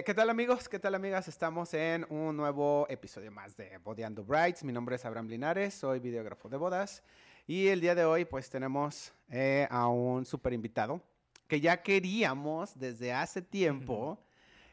¿Qué tal amigos? ¿Qué tal amigas? Estamos en un nuevo episodio más de Bodeando Brides. Mi nombre es Abraham Linares, soy videógrafo de bodas. Y el día de hoy pues tenemos a un súper invitado que ya queríamos desde hace tiempo,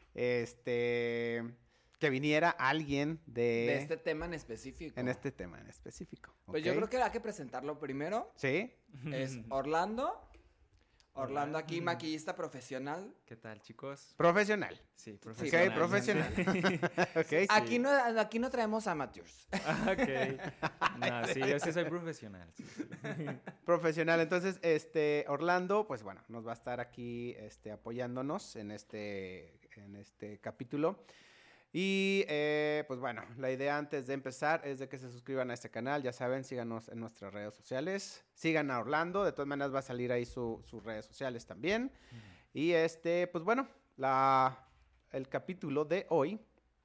que viniera alguien de este tema en específico. En este tema en específico. Pues yo creo que hay que presentarlo primero. ¿Sí? Es Orlando. Orlando aquí, maquillista profesional. ¿Qué tal, chicos? Profesional. Sí, Ok, profesional. Okay, Aquí, aquí no traemos amateurs. Ok. No, sí, yo sí soy profesional. Sí. Profesional. Entonces, Orlando, pues bueno, nos va a estar aquí apoyándonos en este capítulo. Y pues bueno, la idea antes de empezar es de que se suscriban a este canal. Ya saben, síganos en nuestras redes sociales. Sigan a Orlando, de todas maneras va a salir ahí sus redes sociales también. Y pues bueno, el capítulo de hoy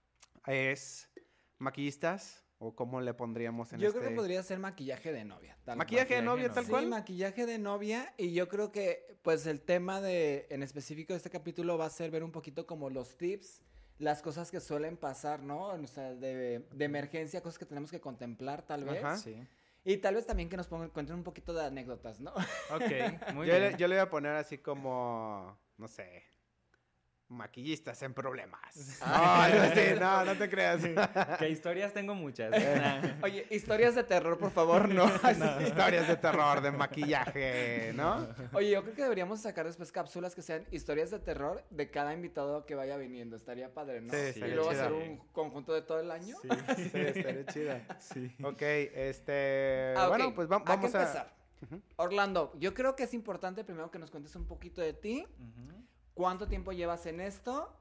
es maquillistas, o cómo le pondríamos en Yo creo que podría ser maquillaje de novia. ¿Maquillaje de novia tal cual? Sí, maquillaje de novia. Y yo creo que pues el tema en específico de este capítulo va a ser ver un poquito como los tips, las cosas que suelen pasar, ¿no? O sea, de emergencia, cosas que tenemos que contemplar tal vez. Ajá. Sí. Y tal vez también que nos cuenten un poquito de anécdotas, ¿no? Ok, muy bien. Yo le voy a poner así como, no sé, maquillistas en problemas. No te creas. Que historias tengo muchas. Oye, historias de terror, por favor, no. Historias de terror, de maquillaje, ¿no? Oye, yo creo que deberíamos sacar después cápsulas que sean historias de terror de cada invitado que vaya viniendo. Estaría padre, ¿no? Sí, y luego hacer un conjunto de todo el año. Sí, estaría chida. Sí. Ok, bueno, okay. Pues vamos a empezar. Orlando, yo creo que es importante primero que nos cuentes un poquito de ti. ¿Cuánto tiempo llevas en esto?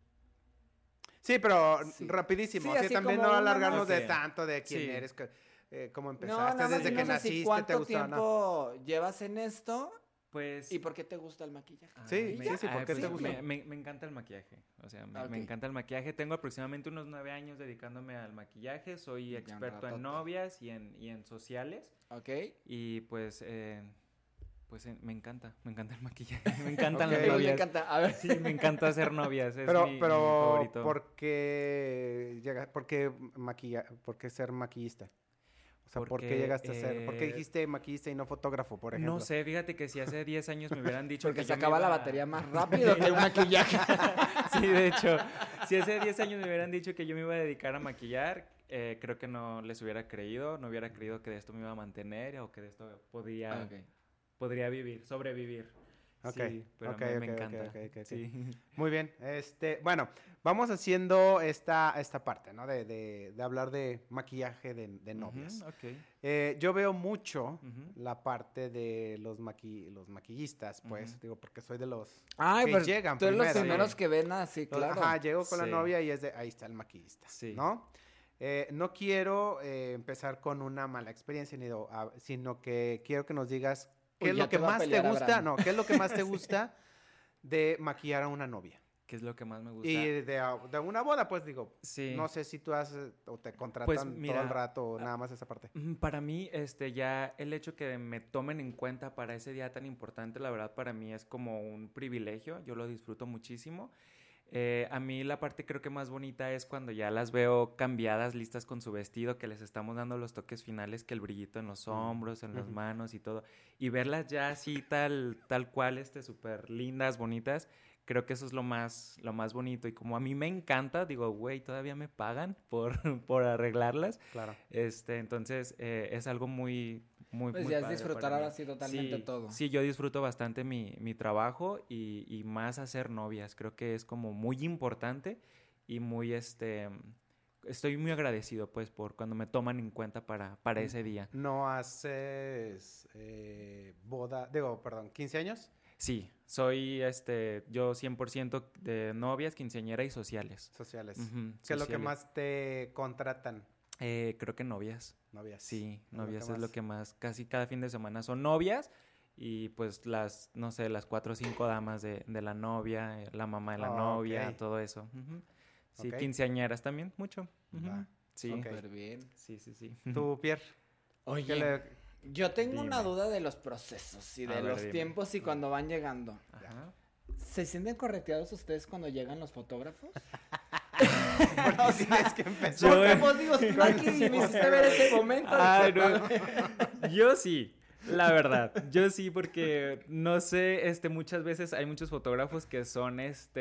Sí, pero rapidísimo. Sí, Sí, también no alargarnos de tanto de quién eres, cómo empezaste, desde que naciste, ¿cuánto tiempo llevas en esto? Pues... ¿Y por qué te gusta el maquillaje? Sí, ¿por qué te gusta? Me encanta el maquillaje. O sea, me encanta el maquillaje. Tengo aproximadamente unos 9 años dedicándome al maquillaje. Soy experto en novias y en sociales. Ok. Y pues... Pues me encanta el maquillaje, me encantan las novias. Me encanta, a ver. Sí, me encanta hacer novias, es mi pero favorito. ¿por qué ser maquillista? O sea, ¿por qué llegaste a ser? ¿Por qué dijiste maquillista y no fotógrafo, por ejemplo? No sé, fíjate que si hace 10 años me hubieran dicho porque que se acaba la batería más rápido que un maquillaje. Sí, de hecho, si hace 10 años me hubieran dicho que yo me iba a dedicar a maquillar, creo que no les hubiera creído, no hubiera creído que de esto me iba a mantener o que de esto podría vivir, sobrevivir. Sí, pero me encanta. Sí. Muy bien. Bueno, vamos haciendo esta parte, ¿no? De hablar de maquillaje de novias. Yo veo mucho la parte de los maquillistas, pues, digo, porque soy de los que llegan tú eres primero. Los primeros que ven así, claro. Ajá, llego con la novia y ahí está el maquillista, ¿no? No quiero empezar con una mala experiencia, sino que quiero que nos digas ¿qué es lo que más te gusta? No, ¿qué es lo que más te gusta de maquillar a una novia? ¿Qué es lo que más me gusta? Y de una boda, pues digo, sí. No sé si tú o te contratan pues, mira, todo el rato o nada más esa parte. Para mí, ya el hecho que me tomen en cuenta para ese día tan importante, la verdad para mí es como un privilegio, yo lo disfruto muchísimo. A mí la parte creo que más bonita es cuando ya las veo cambiadas, listas con su vestido, que les estamos dando los toques finales, que el brillito en los hombros, en las manos y todo, y verlas ya así tal cual, súper lindas, bonitas. Creo que eso es lo más bonito. Y como a mí me encanta, digo, güey, todavía me pagan por arreglarlas. Claro. Entonces, es algo muy pues muy ya es disfrutar ahora sí totalmente todo. Sí, yo disfruto bastante mi trabajo y más hacer novias. Creo que es como muy importante y muy, estoy muy agradecido, pues, por cuando me toman en cuenta para ese día. ¿No haces 15 años? Sí, soy yo 100% de novias, quinceañera y sociales. Sociales. Uh-huh, ¿Qué es lo que más te contratan? Creo que novias. Novias. Sí, novias es lo que más. Casi cada fin de semana son novias y pues las 4 o 5 damas de la novia, la mamá de la novia, todo eso. Uh-huh. Sí, quinceañeras también, mucho. Uh-huh. Sí. Súper bien. Sí. ¿Tú, Pierre? Oye, yo tengo una duda de los procesos y de los tiempos y cuando van llegando. Ajá. ¿Se sienten correteados ustedes cuando llegan los fotógrafos? Porque tienes que empezar. Porque vos digo, estoy aquí y me hiciste ver ese momento. Ay, no. Yo sí, la verdad. Yo sí, porque no sé, muchas veces hay muchos fotógrafos que son,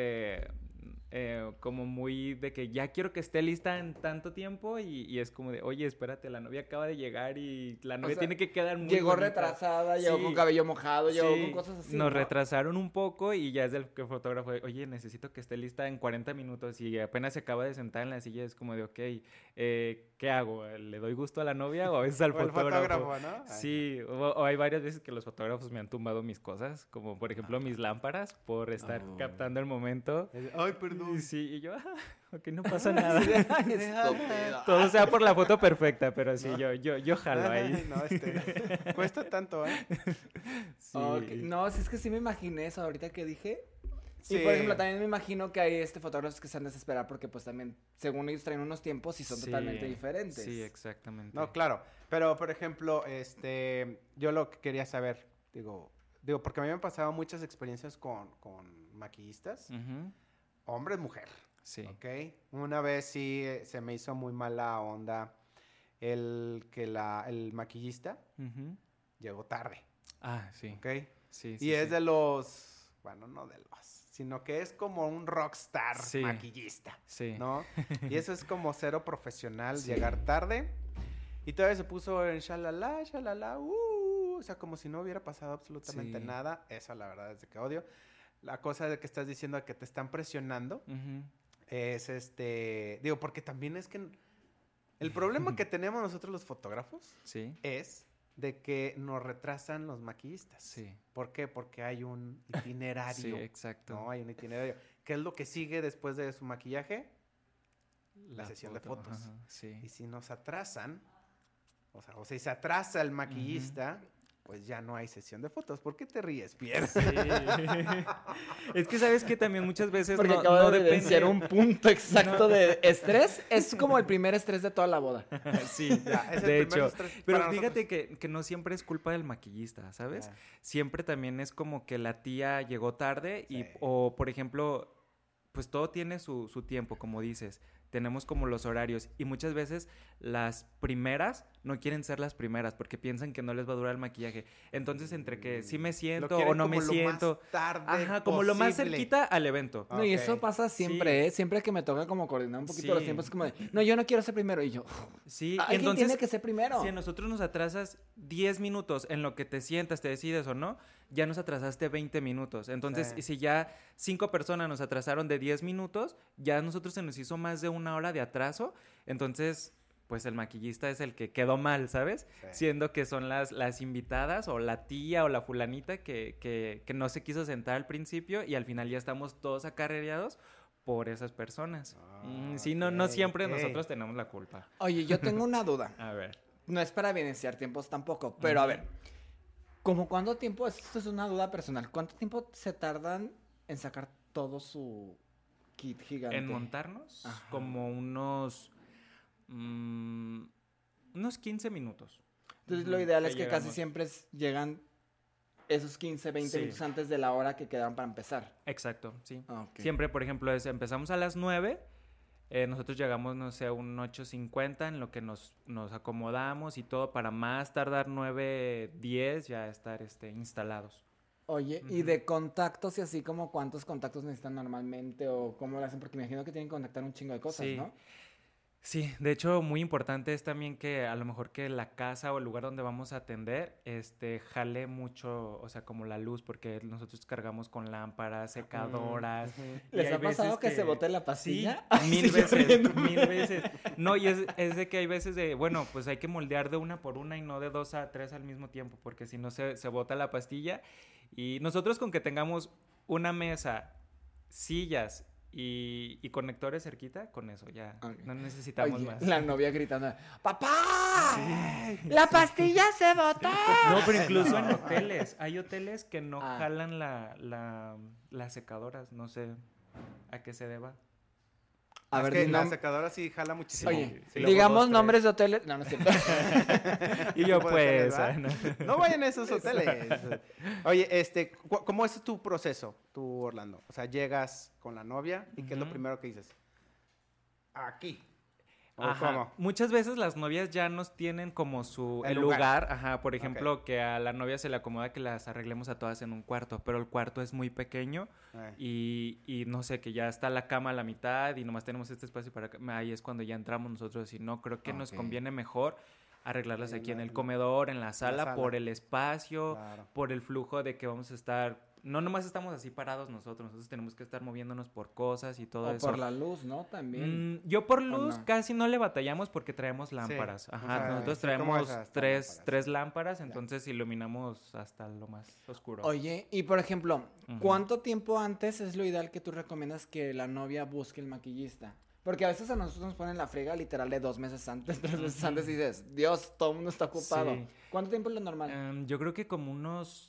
como muy de que ya quiero que esté lista en tanto tiempo y es como de, oye, espérate, la novia acaba de llegar y la novia tiene que quedar muy llegó bonita. Retrasada, Sí. llegó con cabello mojado, llegó Sí, con cosas así. nos ¿no? retrasaron un poco y ya es del que fotógrafo, oye, necesito que esté lista en 40 minutos y apenas se acaba de sentar en la silla, es como de, ok, ¿qué hago? ¿Le doy gusto a la novia o a veces al O el fotógrafo, ¿no? Sí, o hay varias veces que los fotógrafos me han tumbado mis cosas, como por ejemplo mis lámparas, por estar captando el momento. Ay, perdón. Sí, y yo, ok, no pasa nada. Estúpido. Todo sea por la foto perfecta, pero sí, yo jalo ahí. Ay, no, cuesta tanto, ¿eh? Sí. Ok, no, si es que sí me imaginé eso ahorita que dije. Sí. Y por ejemplo, también me imagino que hay fotógrafos que se han de desesperar porque pues también, según ellos traen unos tiempos y son Sí, totalmente diferentes. Sí, exactamente. No, claro. Pero, por ejemplo, yo lo que quería saber, digo, porque a mí me han pasado muchas experiencias con maquillistas, Ujú. hombre, mujer, Sí. ¿ok? Una vez sí se me hizo muy mala onda el maquillista Ujú. llegó tarde, Ah, sí. ¿ok? Sí, Y sí, es sí. de los, bueno, no de los, sino que es como un rockstar Sí. maquillista, Sí. ¿no? Y eso es como cero profesional, Sí. llegar tarde. Y todavía se puso en shalala, o sea, como si no hubiera pasado absolutamente Sí. nada. Eso la verdad es de que odio. La cosa de que estás diciendo de que te están presionando Ujú. es porque también es que el problema que tenemos nosotros los fotógrafos Sí. es de que nos retrasan los maquillistas. Sí. ¿Por qué? Porque hay un itinerario. Sí, exacto. No, hay un itinerario. ¿Qué es lo que sigue después de su maquillaje? La sesión de foto, fotos. ajá, sí. Y si nos atrasan, o si se atrasa el maquillista, pues ya no hay sesión de fotos. ¿Por qué te ríes, Pierre? Sí. Es que sabes que también muchas veces Porque no, acabo no de depende. evidenciar un punto exacto de estrés. Es como el primer estrés de toda la boda. Sí, Ya, es el de primer hecho. estrés Pero para fíjate que no siempre es culpa del maquillista, ¿sabes? Ya. Siempre también es como que la tía llegó tarde Sí. o por ejemplo, pues todo tiene su tiempo, como dices. Tenemos como los horarios y muchas veces las primeras no quieren ser las primeras porque piensan que no les va a durar el maquillaje. Entonces, entre que sí me Lo siento quieren o no me como lo siento. más tarde Ajá, como lo más posible. cerquita al evento. Ah, No, y ok. eso pasa siempre, Sí. ¿eh? Siempre que me toca como coordinar un poquito Sí. los tiempos, es como de, no, yo no quiero ser primero. Y yo, Sí, y alguien entonces tiene que ser primero. si a nosotros nos atrasas 10 minutos en lo que te sientas, te decides o no, ya nos atrasaste 20 minutos. Entonces, Sí. y si ya 5 personas nos atrasaron de 10 minutos, ya a nosotros se nos hizo más de 1 hora de atraso. Entonces, pues el maquillista es el que quedó mal, ¿sabes? Sí. Siendo que son las invitadas o la tía o la fulanita que no se quiso sentar al principio y al final ya estamos todos acarreados por esas personas. Ah, Sí, no ok, siempre ok. nosotros tenemos la culpa. Oye, yo tengo una duda. A ver. No es para evidenciar tiempos tampoco, pero a ver, ¿cómo cuánto tiempo? Esto es una duda personal. ¿Cuánto tiempo se tardan en sacar todo su kit gigante? En montarnos, Ajá. como unos 15 minutos. Entonces, lo ideal Ahí es que casi llegamos. siempre llegan esos 15, 20 Sí. minutos antes de la hora que quedaron para empezar. Exacto, sí. Ok. Siempre, por ejemplo, empezamos a las 9, nosotros llegamos, no sé, a un 8:50 en lo que nos acomodamos y todo para más tardar 9:10 ya estar instalados. Oye, ¿y Ujú. de contactos y así como cuántos contactos necesitan normalmente o cómo lo hacen? Porque me imagino que tienen que contactar un chingo de cosas, Sí. ¿no? Sí, de hecho, muy importante es también que a lo mejor que la casa o el lugar donde vamos a atender, jale mucho, o sea, como la luz, porque nosotros cargamos con lámparas, secadoras. Ujú. y ¿Les hay ha pasado veces que se bote la pastilla? Sí, Ay, mil sí, yo veces, riéndome. 1000 veces. No, y es de que hay veces de, bueno, pues hay que moldear de una por una y no de 2 a 3 al mismo tiempo, porque si no se bota la pastilla. Y nosotros con que tengamos una mesa, sillas y conectores cerquita, con eso ya Ok. no necesitamos Oye, más. la novia gritando, ¡papá! ¡La pastilla se botó! No, pero incluso en hoteles. Hay hoteles que no Ah. jalan las secadoras. No sé a qué se deba. A Es ver, que di la nom- secadora sí jala muchísimo. Oye, Sí, luego digamos 2, 3. nombres de hoteles. No, no es cierto. Y Y yo, tipo de pues, hoteles, ¿verdad? No vayan a esos hoteles. Oye, ¿cómo es tu proceso, tú, Orlando? O sea, llegas con la novia y ¿qué es lo primero que dices? Aquí. ¿O Ajá. cómo? Muchas veces las novias ya nos tienen como El el lugar. lugar. Ajá, por ejemplo, que a la novia se le acomoda que las arreglemos a todas en un cuarto, pero el cuarto es muy pequeño y no sé, que ya está la cama a la mitad y nomás tenemos este espacio para ahí es cuando ya entramos nosotros y no, creo que nos conviene mejor arreglarlas aquí en el comedor, en la sala, por el espacio, Claro. por el flujo de que vamos a estar. No nomás estamos así parados nosotros tenemos que estar moviéndonos por cosas y todo O eso. por la luz, ¿no? También. Yo por luz no? casi no le batallamos porque traemos lámparas. Ajá, o sea, nosotros sí, como traemos esas tres lámparas, entonces iluminamos hasta lo más oscuro. Oye, y por ejemplo, ¿cuánto tiempo antes es lo ideal que tú recomiendas que la novia busque el maquillista? Porque a veces a nosotros nos ponen la frega literal de 2 meses antes, 3 meses antes y dices, Dios, todo el mundo está ocupado. Sí. ¿Cuánto tiempo es lo normal? Yo creo que como unos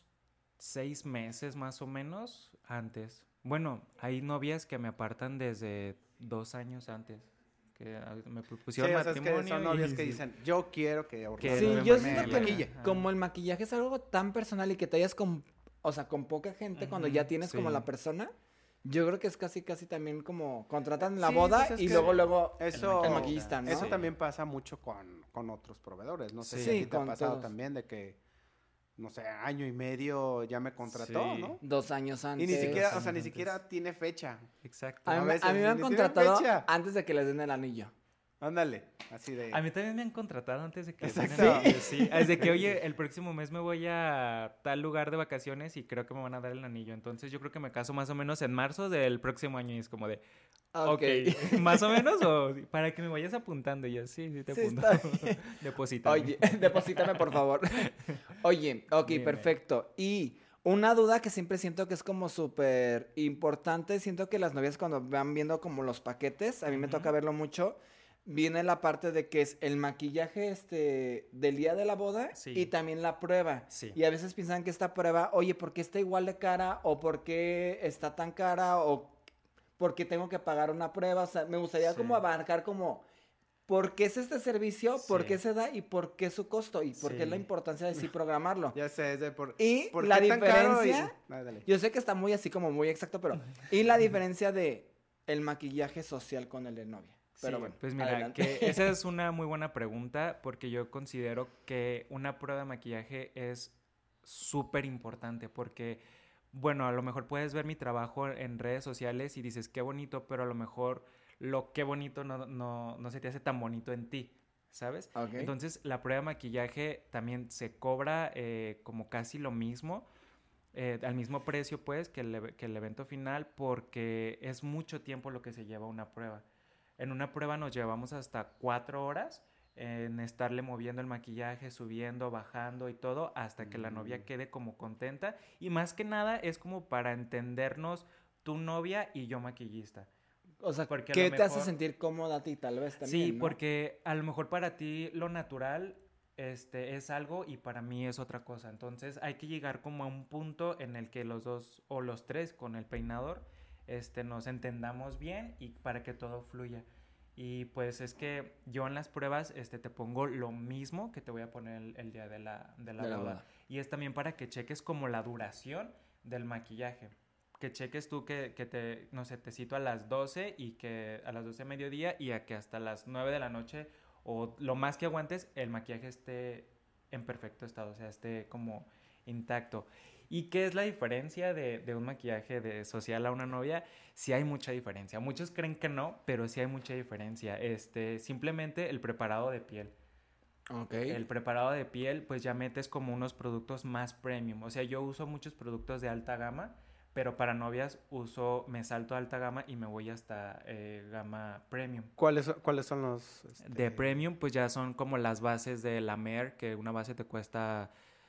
6 meses más o menos antes. Bueno, hay novias que me apartan desde 2 años antes. Que me propusieron Sí, o sea, es matrimonio. que son novias que dicen, yo quiero que Orlando Sí, me yo me siento que maquille. como el maquillaje es algo tan personal y que te hayas con, o sea, con poca gente cuando ya tienes como sí. la persona, yo creo que es casi también como contratan la Sí, boda pues es y que luego Eso, el maquillista, ¿no? Eso Sí. también pasa mucho con otros proveedores. No sé Sí. si a ti Sí, te ha con pasado todos. también de que, no sé, año y medio ya me contrató, Sí. ¿no? 2 años Y antes. ni siquiera, o sea, años ni antes. siquiera tiene fecha. Exacto. A a mí, veces a mí me han ni tienen contratado fecha. antes de que les den el anillo. Ándale, así de... A mí también me han contratado antes de que les Exacto. den el anillo, sí. Desde que, oye, el próximo mes me voy a tal lugar de vacaciones y creo que me van a dar el anillo. Entonces yo creo que me caso más o menos en marzo del próximo año y es como de, ok, ¿más o menos? O para que me vayas apuntando. Y yo, sí, te Sí, apunto. está bien. Deposítame. Oye, deposítame por favor. Oye, ok, Dime. perfecto. Y una duda que siempre siento que es como súper importante, siento que las novias cuando van viendo como los paquetes, a mí me toca verlo mucho, viene la parte de que es el maquillaje del día de la boda Sí. y también la prueba. Sí. Y a veces piensan que esta prueba, oye, ¿por qué está igual de cara? ¿O por qué está tan cara? ¿O por qué tengo que pagar una prueba? O sea, me gustaría Sí. como abarcar como... ¿Por qué es este servicio? ¿Por Sí. qué se da? ¿Y por qué su costo? ¿Y por qué es la Sí. importancia de sí programarlo? Ya sé, es de Y ¿por la qué tan caro? diferencia... Dale. Yo sé que está muy así como muy exacto, pero... Y la diferencia de el maquillaje social con el de novia. Pero Sí, bueno, pues mira, adelante. que esa es una muy buena pregunta porque yo considero que una prueba de maquillaje es súper importante porque, bueno, a lo mejor puedes ver mi trabajo en redes sociales y dices qué bonito, pero a lo mejor lo qué bonito no se te hace tan bonito en ti, ¿sabes? Ok. Entonces la prueba de maquillaje también se cobra como casi lo mismo. Al mismo precio pues que el evento final porque es mucho tiempo lo que se lleva una prueba. En una prueba nos llevamos hasta 4 horas en estarle moviendo el maquillaje, subiendo, bajando y todo hasta que la novia quede como contenta y más que nada es como para entendernos tu novia y yo maquillista. O sea, Porque a ¿qué lo te hace mejor- sentir cómoda a ti tal vez también, Sí, ¿no? porque a lo mejor para ti lo natural es algo y para mí es otra cosa. Entonces hay que llegar como a un punto en el que los dos o los tres con el peinador nos entendamos bien y para que todo fluya. Y pues es que yo en las pruebas te pongo lo mismo que te voy a poner el día de la boda. Y es también para que cheques como la duración del maquillaje. Que cheques tú que te, no sé, te cito a las 12 y que a las 12 de mediodía y a que hasta las 9 de la noche o lo más que aguantes el maquillaje esté en perfecto estado, o sea, esté como intacto. ¿Y qué es la diferencia de un maquillaje de social a una novia? Sí hay mucha diferencia. Muchos creen que no, pero sí hay mucha diferencia. Simplemente el preparado de piel. Ok. El preparado de piel, pues ya metes como unos productos más premium. O sea, yo uso muchos productos de alta gama, pero para novias me salto a alta gama y me voy hasta gama premium. ¿Cuáles son los...? De premium, pues ya son como las bases de la Mer, que una base te cuesta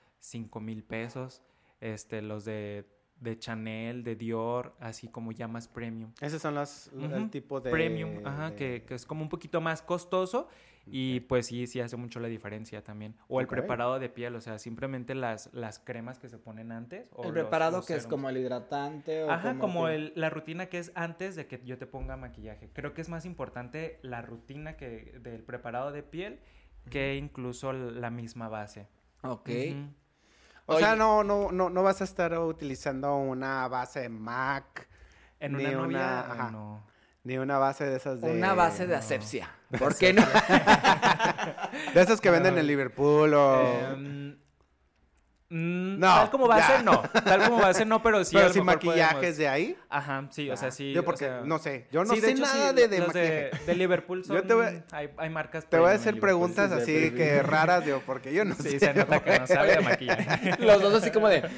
5,000 pesos. Los de Chanel, de Dior, así como ya más premium. Esos son el tipo de... Premium, ajá, que es como un poquito más costoso y pues sí hace mucho la diferencia también. O el preparado de piel, o sea, simplemente las cremas que se ponen antes. O el preparado los que es serums. como el hidratante o Ajá, como que... la rutina que es antes de que yo te ponga maquillaje. Creo que es más importante la rutina del preparado de piel que incluso la misma base. Ok. Ujú. O Oye. sea, no vas a estar utilizando una base de Mac, En ni una novia, ajá, no. ni una base de esas de... Una base de no. asepsia. ¿Por qué no? De esas que venden en Liverpool o... No, tal como base, ya. no. Tal como base, no, pero sí. a Pero lo sin mejor maquillajes podemos- de ahí. Ajá, sí, o sea, sí. Yo porque, o sea, no sé, yo no sí, sé hecho, nada sí, de los maquillaje. de Liverpool son... Yo te voy- hay marcas Te voy a premium hacer en Liverpool. preguntas sí, así sí. que raras, digo, porque yo no Sí, sé. se nota que no sabe de maquillaje. Los dos así como de...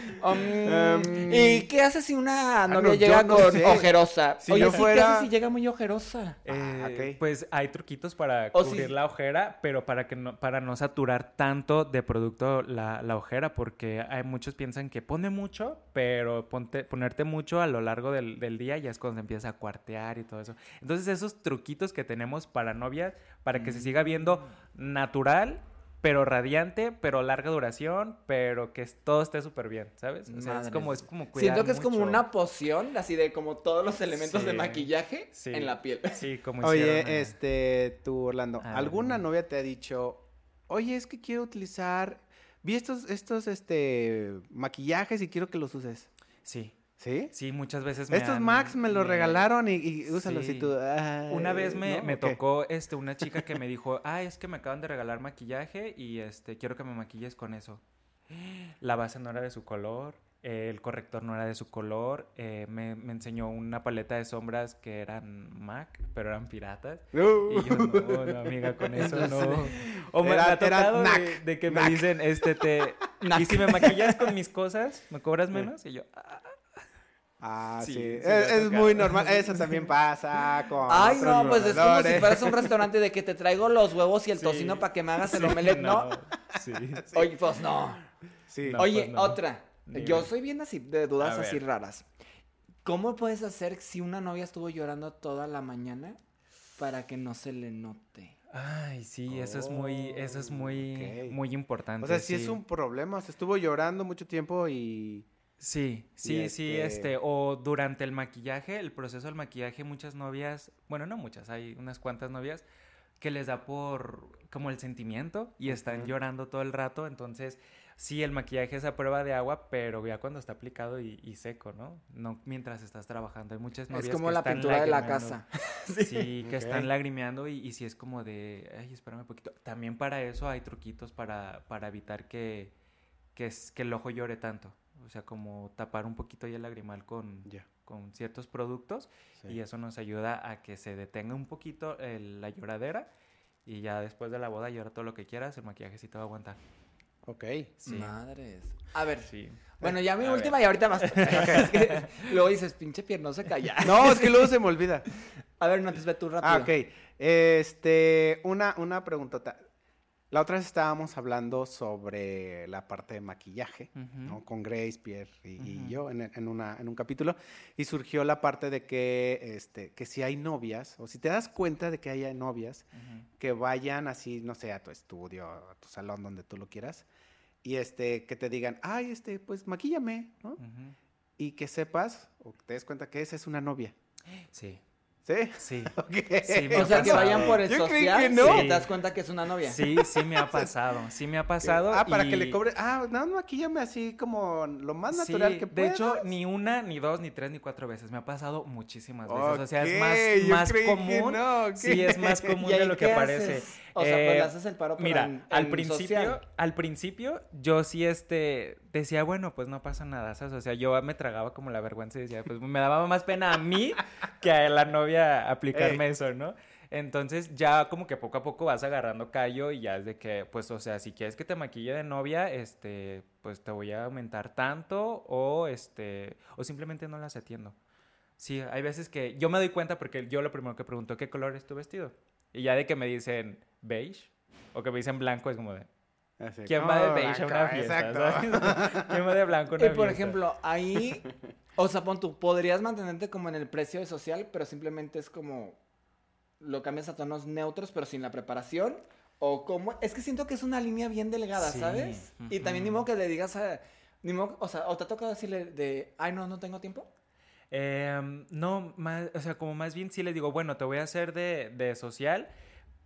¿Y qué haces si una novia yo llega no con sé. ojerosa? Si Oye, yo sí, fuera- ¿qué haces si llega muy ojerosa? Ok. Pues hay truquitos para O cubrir sí. la ojera, pero para no saturar tanto de producto la ojera, porque hay muchos piensan que pone mucho, pero ponerte mucho a lo largo del día ya es cuando se empieza a cuartear y todo eso. Entonces esos truquitos que tenemos para novias, para que se siga viendo natural, pero radiante, pero larga duración, pero que todo esté súper bien, ¿sabes? O sea, es como cuidar Siento que es como mucho. una poción, así de como todos los elementos Sí. de maquillaje Sí. en la piel. Sí, como hicieron Oye, tú, Orlando, Ah, ¿alguna bueno. novia te ha dicho, oye, es que quiero utilizar, vi estos, maquillajes y quiero que los uses? Sí, ¿Sí? sí, muchas veces Estos Max me los regalaron y úsalos Sí. y tú... "Ay", Una vez me ¿no? ¿O qué? tocó una chica que me dijo, es que me acaban de regalar maquillaje y quiero que me maquilles con eso. La base no era de su color, el corrector no era de su color, me enseñó una paleta de sombras que eran MAC, pero eran piratas. Y yo, no, amiga, con eso no. O me Era- ha tocado era de que me Nac. dicen, y si me maquillas con mis cosas, ¿me cobras menos? Y yo, Ah, sí. Sí, sí Es, me ha es tocado. muy normal. Eso también pasa con Ay, otros no, pues es como si proveedores. fueras a un restaurante de que te traigo los huevos y el Sí. tocino para que me hagas el omelette, ¿no? Sí. Oye, pues no. Sí. No. Oye, pues no. otra. Dime. Yo soy bien así, de dudas A así ver. raras. ¿Cómo puedes hacer si una novia estuvo llorando toda la mañana para que no se le note? Ay, sí, eso es muy ok. muy importante. O sea, sí sí es un problema. Se estuvo llorando mucho tiempo y... Sí, Y sí, o durante el maquillaje, el proceso del maquillaje, muchas novias, bueno, no muchas, hay unas cuantas novias que les da por como el sentimiento y están Ujú. llorando todo el rato, entonces sí, el maquillaje es a prueba de agua, pero ya cuando está aplicado y seco, ¿no? No mientras estás trabajando, hay muchas novias Es como que la están pintura de la lagrimeando. casa. Sí, que Ok. están lagrimeando y sí es como de, ay, espérame un poquito. También para eso hay truquitos para evitar que el ojo llore tanto. O sea, como tapar un poquito ahí el lagrimal Ya. con ciertos productos Sí. y eso nos ayuda a que se detenga un poquito la lloradera y ya después de la boda llora todo lo que quieras, el maquillaje sí te va a aguantar. Ok. Sí. Madres. A ver, Sí. bueno, ya mi A última y ahorita más. Es que luego dices, pinche pierno se calla. No, es que luego se me olvida. A ver, no te ve tú rápido. Ah, ok. Una preguntota. La otra vez estábamos hablando sobre la parte de maquillaje, Ujú. ¿no? Con Grace, Pierre y Ujú. yo en un capítulo. Y surgió la parte de que si hay novias, o si te das cuenta de que haya novias, Ujú. que vayan así, no sé, a tu estudio, a tu salón, donde tú lo quieras, y que te digan, ay, pues maquíllame, ¿no? Ujú. Y que sepas, o que te des cuenta que esa es una novia. Sí, ¿Sí? sí. Ok. Sí, me O ha sea, que pasado. vayan por el Yo creí social que y no. que te das cuenta que es una novia. Sí, sí me ha pasado. Sí me ha pasado. Para que y- le cobre. No, maquíllame así como lo más natural Sí, que de puedas. hecho, ni una, ni dos, ni tres, ni cuatro veces. Me ha pasado muchísimas veces. O sea, Ok, es yo más creí que común. no, ok. Sí, es más común ¿Y ahí de lo que qué parece. haces? O sea, pues le haces el paro, pero Mira, en al social. principio, yo sí decía, bueno, pues no pasa nada, ¿sabes? O sea, yo me tragaba como la vergüenza y decía, pues me daba más pena a mí que a la novia aplicarme eso, ¿no? Entonces ya como que poco a poco vas agarrando callo y ya es de que, pues, o sea, si quieres que te maquille de novia, pues te voy a aumentar tanto o simplemente no las atiendo. Sí, hay veces que yo me doy cuenta porque yo lo primero que pregunto, ¿qué color es tu vestido? Y ya de que me dicen beige o que me dicen blanco es como de, Así, ¿quién como va de beige a blanco, una fiesta? Exacto. ¿Sabes? ¿Quién va de blanco a una Y por fiesta? ejemplo, ahí, o sea, pon tú, podrías mantenerte como en el precio de social, pero simplemente es como, lo cambias a tonos neutros, pero sin la preparación, o como, es que siento que es una línea bien delgada, Sí, ¿sabes? Y también ni ujú. modo que le digas o sea, o te ha tocado decirle ay, no tengo tiempo. No, o sea, como más bien sí les digo, bueno, te voy a hacer de social,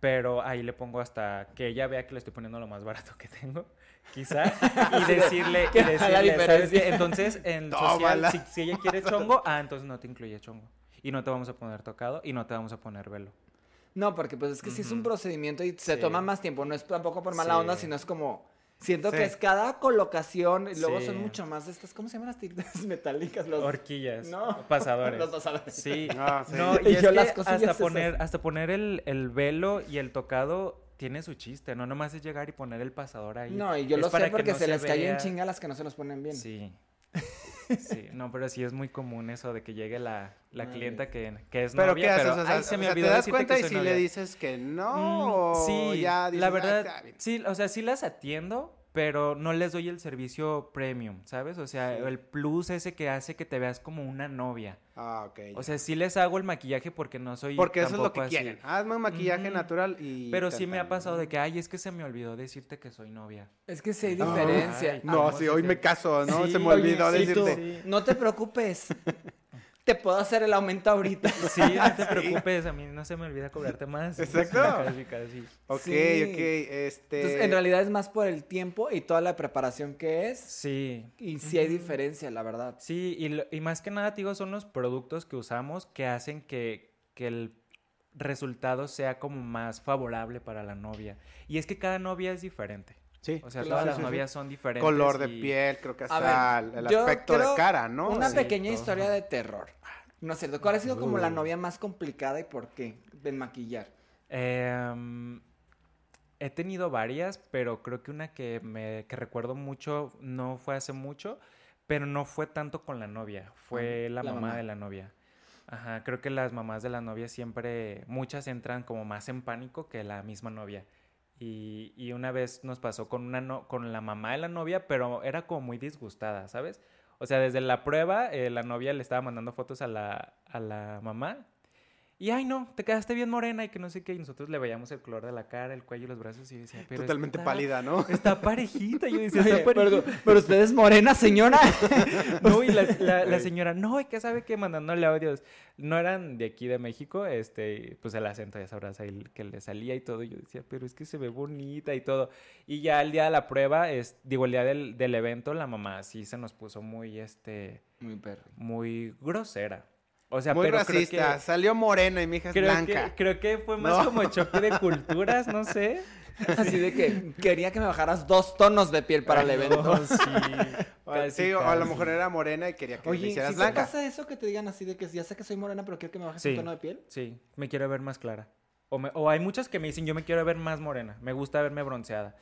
pero ahí le pongo hasta que ella vea que le estoy poniendo lo más barato que tengo, quizá, y decirle, Que haga la ¿sabes diferencia. qué? Entonces, en Tómala. social, si ella quiere chongo, entonces no te incluye chongo. Y no te vamos a poner tocado y no te vamos a poner velo. No, porque pues es que sí es un Ujú. procedimiento y se Sí. toma más tiempo. No es tampoco por mala Sí. onda, sino es como... Siento Sí. que es cada colocación y luego Sí. son mucho más de estas... ¿Cómo se llaman las tijeras metálicas? Los... Horquillas, No. pasadores. Los pasadores. Sí, Ah, sí. no, Y y es yo que las cosillas hasta poner el velo y el tocado tiene su chiste, no nomás es llegar y poner el pasador ahí. No, y yo Es lo para sé que porque no se les cayó en vea. chinga las que no se los ponen bien. Sí. Sí, no, pero sí es muy común eso de que llegue la Ay. clienta que es ¿Pero novia, qué haces? pero O sea, ay, se me o sea, olvidó ¿te das decirte cuenta que y soy si novia. le dices que no? O Sí, ya dices, la "Ah, verdad, está bien"? sí, o sea, sí las atiendo, pero no les doy el servicio premium, ¿sabes? O sea, Sí. el plus ese que hace que te veas como una novia. Ah, ok. O ya. sea, sí les hago el maquillaje porque no soy Porque eso es lo que tampoco así. quieren. Hazme un maquillaje Ujú. natural y... Pero tan, sí me tan. ha pasado de que, ay, es que se me olvidó decirte que soy novia. Es que sí hay Ah. diferencia. Ay, No, ¿cómo sí, se hoy te- me caso, ¿no? Sí, Se me oye, olvidó sí, tú. decirte. No te preocupes. Te puedo hacer el aumento ahorita. Sí, no te preocupes, a mí no se me olvida cobrarte más. Exacto. Casi, casi. Ok, Sí. ok, Entonces, en realidad es más por el tiempo y toda la preparación que es. Sí. Y sí hay diferencia, la verdad. Sí, y más que nada, te digo, son los productos que usamos que hacen que el resultado sea como más favorable para la novia. Y es que cada novia es diferente. Sí. O sea, Claro. todas las Sí, sí, sí. novias son diferentes. Color de y- piel, creo que A hasta ver, el yo aspecto de creo cara, ¿no? Una Sí, pequeña todo. historia de terror. No es cierto. ¿Cuál ha sido como la Uh. novia más complicada y por qué? En maquillar. He tenido varias, pero creo que una que recuerdo mucho no fue hace mucho, pero no fue tanto con la novia, fue la la mamá mamá. de la novia. Ajá, creo que las mamás de la novia siempre, muchas entran como más en pánico que la misma novia. Y una vez nos pasó con con la mamá de la novia, pero era como muy disgustada, ¿sabes? O sea, desde la prueba, la novia le estaba mandando fotos a la mamá. Y, ay, no, te quedaste bien morena y que no sé qué. Y nosotros le veíamos el color de la cara, el cuello y los brazos y yo decía, pero Totalmente está- pálida, ¿no? Está parejita. Yo decía, Oye, está parejita. pero usted es morena, señora. No, y la señora, no, y que sabe que mandándole audios. No eran de aquí de México, pues el acento, ya sabrás, ahí que le salía y todo. Yo decía, pero es que se ve bonita y todo. Y ya el día de la prueba, el día del evento, la mamá sí se nos puso muy, Muy perro. muy grosera. O sea, Muy pero racista. Salió morena y mi hija es blanca. creo que fue más No. como choque de culturas, no sé. Así de que quería que me bajaras 2 tonos de piel para el evento. No, sí, O- casi, sí, o a lo casi. mejor era morena y quería que me Oye, hicieras ¿sí te blanca. pasa eso que te digan así de que ya sé que soy morena, pero quiero que me bajes Sí. un tono de piel? Sí, me quiero ver más clara. O hay muchas que me dicen, yo me quiero ver más morena, me gusta verme bronceada.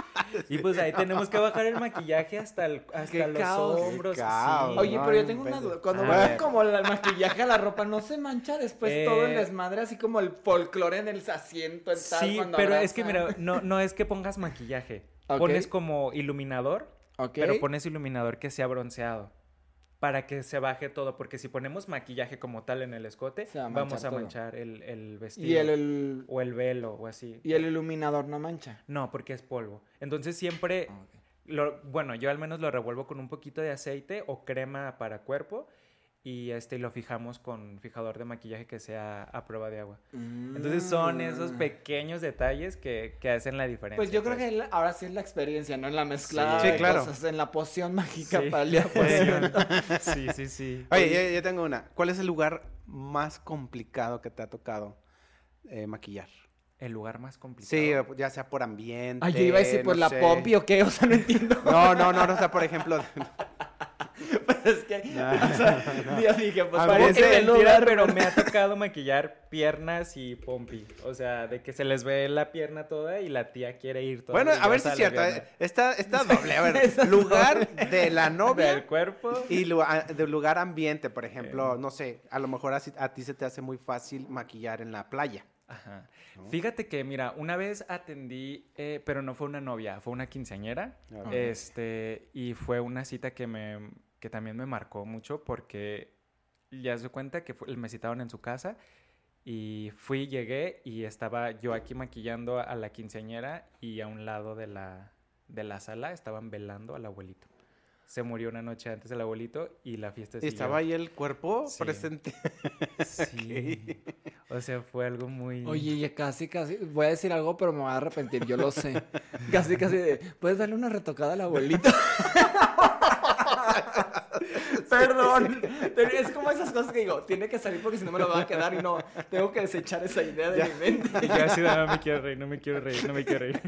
Y pues ahí tenemos que bajar el maquillaje hasta Qué los caos. hombros. Qué caos. sí. Oye, no, pero yo no tengo una inventes. duda. Cuando A ponen ver. como el maquillaje a la ropa, ¿no se mancha después todo el Eh, desmadre? Así como el folclore en el asiento, en tal, Sí, cuando pero abrazan. es que mira, no es que pongas maquillaje. Ok. Pones como iluminador, Ok. pero pones iluminador que sea bronceado. Para que se baje todo, porque si ponemos maquillaje como tal en el escote, Se va a vamos manchar a todo. manchar el vestido. Y el O el velo, o así. y el iluminador no mancha. No, porque es polvo. Entonces siempre, bueno, yo al menos lo revuelvo con un poquito de aceite o crema para cuerpo y lo fijamos con fijador de maquillaje que sea a prueba de agua. Entonces son esos pequeños detalles que hacen la diferencia. Pues yo creo que ahora sí es la experiencia, ¿no? En la mezclada Sí, de claro. cosas, en la poción mágica Sí, para el día la posterior. Sí, sí, sí. Oye, yo tengo una. ¿Cuál es el lugar más complicado que te ha tocado maquillar? El lugar más complicado. Sí, ya sea por ambiente. Ay, yo iba a decir, pues no la sé. pompi o qué, o sea, no entiendo. No, o sea, por ejemplo. Pues es que, o sea, yo dije, pues A ¿cómo ver, Parece que el mentira, lugar? pero me ha tocado maquillar piernas y pompi. O sea, de que se les ve la pierna toda y la tía quiere ir toda. Bueno, a ver si es cierto. Está doble. A ver, lugar de la Del novia cuerpo. y de lugar ambiente, por ejemplo. No sé, a lo mejor a ti se te hace muy fácil maquillar en la playa. Ajá. ¿No? Fíjate que, mira, una vez atendí, pero no fue una novia, fue una quinceañera. Ok. Y fue una cita que también me marcó mucho porque ya se cuenta que me citaron en su casa y llegué y estaba yo aquí maquillando a la quinceañera y a un lado de la sala estaban velando al abuelito. se murió una noche antes el abuelito y la fiesta ¿Y siguió. estaba ahí el cuerpo Sí. presente? Sí. O sea, fue algo muy... Oye, ya casi, voy a decir algo, pero me voy a arrepentir, yo lo sé. Casi, ¿puedes darle una retocada al abuelito? Perdón, pero es como esas cosas que digo, tiene que salir porque si no me lo va a quedar y no, tengo que desechar esa idea de mi mente. Y yo así, no me quiero reír, no me quiero reír, no me quiero reír.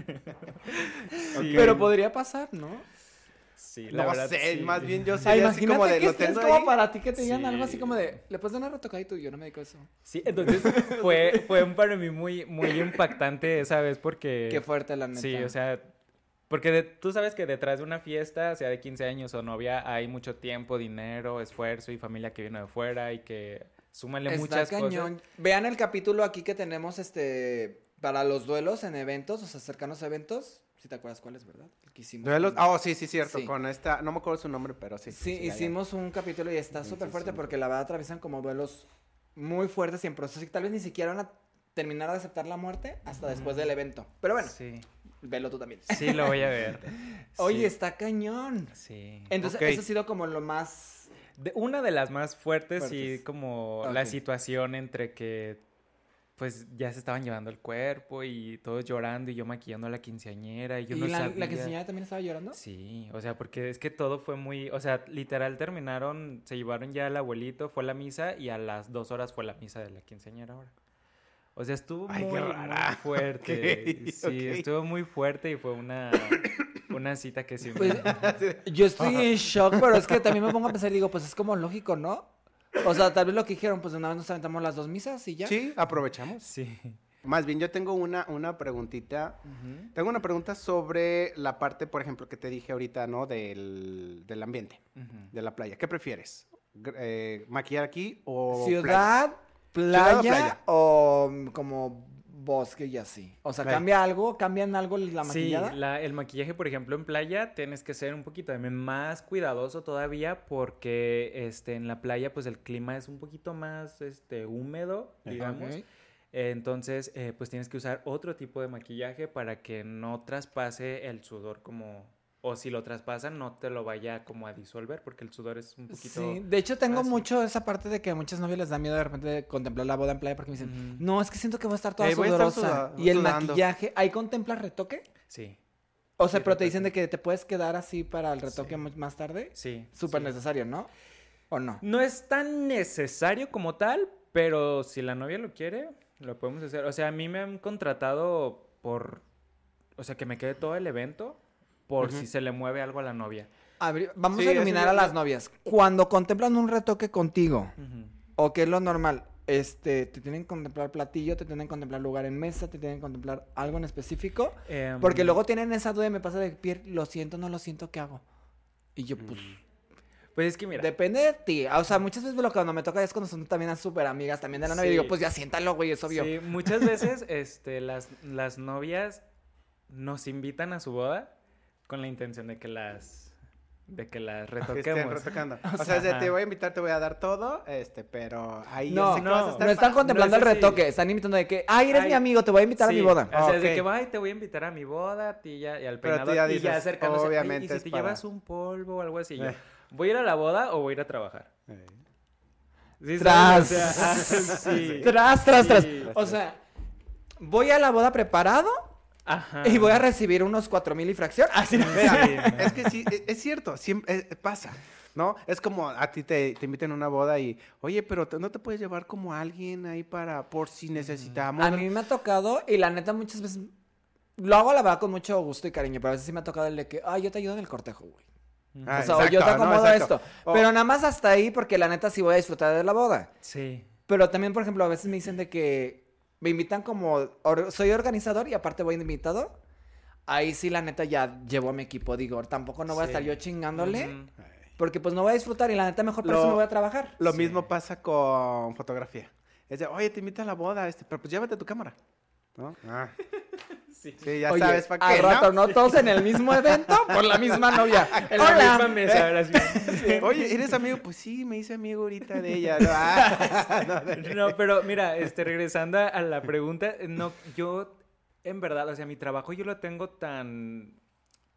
Sí. Pero podría pasar, ¿no? Sí, la No verdad, sé, sí. más bien yo Ah, sería así como de, que lo es tengo como ahí. para ti que te digan Sí. algo así como de, ¿le puedes dar una retocada y tú? Yo no me dedico a eso. Sí, entonces fue para mí muy, muy impactante esa vez porque... Qué fuerte, la neta. Sí, o sea, porque tú sabes que detrás de una fiesta, sea de 15 años o novia, hay mucho tiempo, dinero, esfuerzo y familia que vino de fuera y que súmale Está muchas cañón. cosas. Vean el capítulo aquí que tenemos para los duelos en eventos, o sea, cercanos a eventos. Si te acuerdas cuál es, ¿verdad? El que hicimos. Duelos. Oh, sí, cierto. Sí. Con esta, no me acuerdo su nombre, pero sí. Sí, ya, ya. hicimos un capítulo y está Sí, súper sí, fuerte sí. porque la verdad atraviesan como duelos muy fuertes y en procesos y tal vez ni siquiera van a terminar de aceptar la muerte hasta después del evento. Pero bueno, Sí, velo tú también. sí, lo voy a ver. Oye, Sí, está cañón. sí. Entonces, Ok. eso ha sido como lo más... Una de las más fuertes y Fuertes. como Ok. la situación entre que pues ya se estaban llevando el cuerpo y todos llorando y yo maquillando a la quinceañera y yo ¿Y no la sabía. quinceañera también estaba llorando? Sí, o sea, porque es que todo fue muy, o sea, literal terminaron, se llevaron ya al abuelito, fue la misa y a las 2 horas fue la misa de la quinceañera ahora. O sea, estuvo Ay, qué muy, rara. muy fuerte. Ok, Sí, ok. estuvo muy fuerte y fue una cita que sí me... Pues, yo estoy en shock, pero es que también me pongo a pensar y digo, pues es como lógico, ¿no? O sea, tal vez lo que dijeron, pues de una vez nos aventamos las 2 misas y ya. Sí, aprovechamos. Sí. Más bien, yo tengo una preguntita. Ujú. Tengo una pregunta sobre la parte, por ejemplo, que te dije ahorita, ¿no? Del ambiente, Ujú. de la playa. ¿Qué prefieres? ¿Maquillar aquí o ¿Ciudad, ¿Ciudad o playa playa? o como bosque y así? O sea, Playa. ¿cambian algo la maquillada? Sí, el maquillaje, por ejemplo, en playa tienes que ser un poquito también más cuidadoso todavía porque en la playa pues el clima es un poquito más húmedo, digamos. Ok. Entonces, pues tienes que usar otro tipo de maquillaje para que no traspase el sudor como... O si lo traspasan, no te lo vaya como a disolver porque el sudor es un poquito... Sí, de hecho tengo ácido. mucho esa parte de que a muchas novias les da miedo de repente de contemplar la boda en playa porque me dicen, Ujú. no, es que siento que voy a estar toda Voy a estar sudorosa. Y el sudando. maquillaje, ¿ahí contemplas retoque? Sí, O sea, Sí, pero te dicen retoque. de que te puedes quedar así para el retoque Sí. más tarde. sí. Súper sí. necesario, ¿no? ¿O no? No es tan necesario como tal, pero si la novia lo quiere, lo podemos hacer. O sea, a mí me han contratado o sea, que me quede todo el evento por Ujú. si se le mueve algo a la novia. Vamos Sí, a eso iluminar yo- a las novias. Cuando contemplan un retoque contigo, Ujú. o que es lo normal, te tienen que contemplar platillo, te tienen que contemplar lugar en mesa, te tienen que contemplar algo en específico. Porque luego tienen esa duda y me pasa de Pierre, lo siento, no lo siento, ¿qué hago? Y yo, pues, Pues es que mira, depende de ti. O sea, muchas veces cuando me toca es cuando son también súper amigas también de la novia. Y Sí. digo, pues ya siéntalo, güey, es obvio. sí, muchas veces las novias nos invitan a su boda con la intención de que las Que estén retoquemos. retocando. O sea, es de, Ajá. te voy a invitar, te voy a dar todo, pero ahí yo No, sé que vas a no. estar No están contemplando no es el así. retoque, están invitando de que, ay, eres Ay, mi amigo, te voy a invitar a mi Sí, boda. O sea, es de Ok. que, ay, te voy a invitar a mi boda, a ti ya, y al Pero tú peinador, ya y ya dices, acercándose, "Oye, obviamente ¿y si es te para- llevas un polvo o algo así? Y yo, Eh. ¿voy a ir a la boda o voy a ir a trabajar? ¿Sí Tras. sabes? O sea, sí. Tras. Sí. O sea, voy a la boda preparado Ajá. y voy a recibir unos 4,000 y fracción. Así no. Mira, es que sí, es cierto, siempre pasa, ¿no? Es como a ti te invitan a una boda y, oye, pero no te puedes llevar como a alguien ahí por si necesitamos. A mí me ha tocado, y la neta muchas veces, lo hago la verdad con mucho gusto y cariño, pero a veces sí me ha tocado el de que, ay, yo te ayudo en el cortejo, güey. Ah, O sea, o yo te exacto, ¿no? acomodo Exacto. esto. O- Pero nada más hasta ahí porque la neta sí voy a disfrutar de la boda. Sí. Pero también, por ejemplo, a veces me dicen de que me invitan como, soy organizador y aparte voy invitado. Ahí sí, la neta, ya llevo a mi equipo. Digo, tampoco no voy a Sí. estar yo chingándole. Ujú. Porque pues no voy a disfrutar y la neta mejor por Lo- eso me voy a trabajar. Lo Sí. mismo pasa con fotografía. Es de, oye, te invita a la boda, pero pues llévate tu cámara, ¿no? Ah, Sí. sí, ya Oye, sabes para al qué, rato, ¿no? ¿no? Todos en el mismo evento por la misma novia. En la Hola. misma mesa, ahora sí. Oye, ¿eres amigo? Pues sí, me hice amigo ahorita de ella. ¿no? Ah, no, No, pero mira, regresando a la pregunta, no, yo, en verdad, o sea, mi trabajo yo lo tengo tan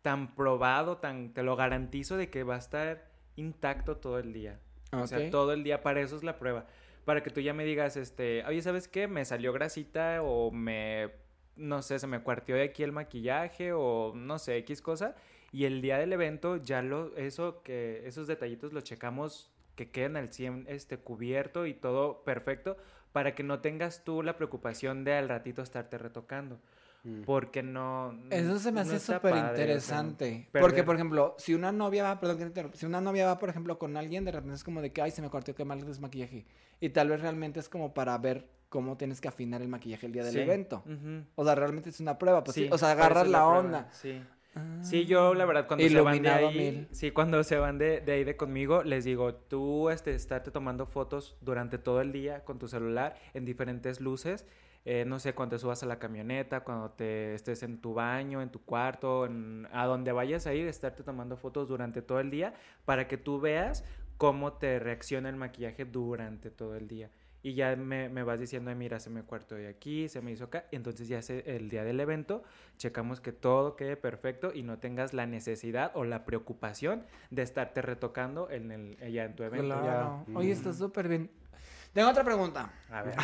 tan probado, te lo garantizo de que va a estar intacto todo el día. O sea, todo el día, para eso es la prueba. Para que tú ya me digas, oye, ¿sabes qué? Me salió grasita o no sé, se me cuarteó de aquí el maquillaje o no sé, X cosa. Y el día del evento ya esos detallitos los checamos que queden al 100 cubierto y todo perfecto para que no tengas tú la preocupación de al ratito estarte retocando. Porque no... Eso se me hace súper interesante. O sea, porque, por ejemplo, si una novia va, perdón que te interrumpa, si una novia va, por ejemplo, con alguien, de repente es como de que, ay, se me cortó, qué mal desmaquillaje. Y tal vez realmente es como para ver cómo tienes que afinar el maquillaje el día del evento. O sea, realmente es una prueba. Pues sí, o sea, agarrar la onda. Sí. Sí, yo la verdad cuando se van de ahí, cuando se van de ahí de conmigo, les digo, tú estate tomando fotos durante todo el día con tu celular en diferentes luces, no sé, cuando te subas a la camioneta, cuando te estés en tu baño, en tu cuarto, a donde vayas a ir, estarte tomando fotos durante todo el día para que tú veas cómo te reacciona el maquillaje durante todo el día. Y ya me vas diciendo, mira, se me cuartó de aquí, se me hizo acá. Y entonces ya el día del evento, checamos que todo quede perfecto y no tengas la necesidad o la preocupación de estarte retocando ya en tu evento. Claro. Oye, está súper bien. Tengo otra pregunta. A ver.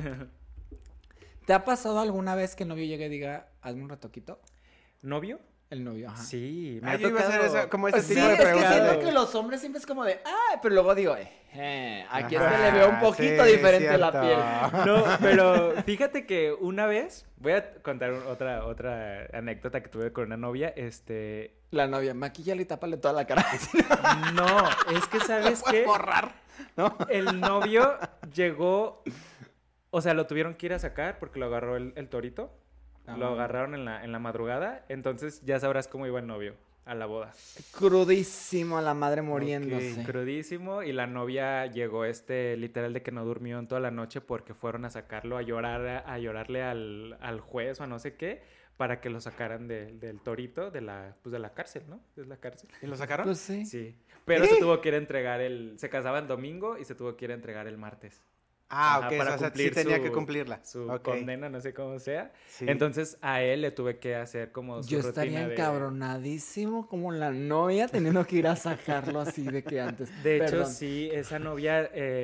¿Te ha pasado alguna vez que el novio llegue y diga, hazme un retoquito? ¿Novio? El novio, ajá. Sí, me ha tocado... iba a hacer eso, como ese tipo de preguntas. Sí, es que siento que los hombres siempre es como de, pero luego digo, aquí le veo un poquito diferente la piel. No, pero fíjate que una vez, voy a contar otra anécdota que tuve con una novia, La novia, maquíllale y tápale toda la cara. No, es que ¿sabes qué? Borrar, ¿no? El novio llegó, o sea, lo tuvieron que ir a sacar porque lo agarró el torito. Lo agarraron en la madrugada, entonces ya sabrás cómo iba el novio a la boda. Crudísimo, la madre muriéndose. Okay, crudísimo, y la novia llegó literal de que no durmió en toda la noche porque fueron a sacarlo a llorarle al juez o a no sé qué, para que lo sacaran del torito de la cárcel, ¿no? Es la cárcel. ¿Y lo sacaron? Pues sí. Sí, pero se tuvo que ir a entregar se casaba el domingo y se tuvo que ir a entregar el martes. Ok, para o sea, sí tenía que cumplirla. Su condena, no sé cómo sea. Sí. Entonces, a él le tuve que hacer como su rutina. Yo estaría encabronadísimo como la novia teniendo que ir a sacarlo así de que antes. De hecho, sí, esa novia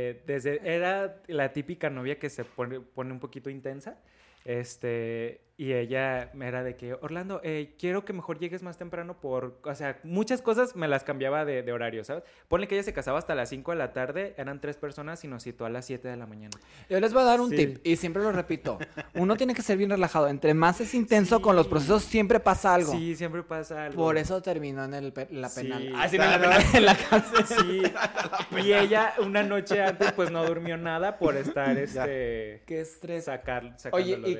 era la típica novia que se pone un poquito intensa. Y ella me era de que, Orlando, quiero que mejor llegues más temprano o sea, muchas cosas me las cambiaba de horario, ¿sabes? Ponle que ella se casaba hasta las 5 de la tarde, eran 3 personas y nos citó a las 7 de la mañana. Yo les voy a dar un tip y siempre lo repito. Uno tiene que ser bien relajado. Entre más es intenso con los procesos, siempre pasa algo. Sí, siempre pasa algo. Por eso terminó en la penal. Sí, no, en la penal, en la cárcel. Sí. Y ella una noche antes pues no durmió nada por estar Qué estrés. Sacándolo. Oye, ¿y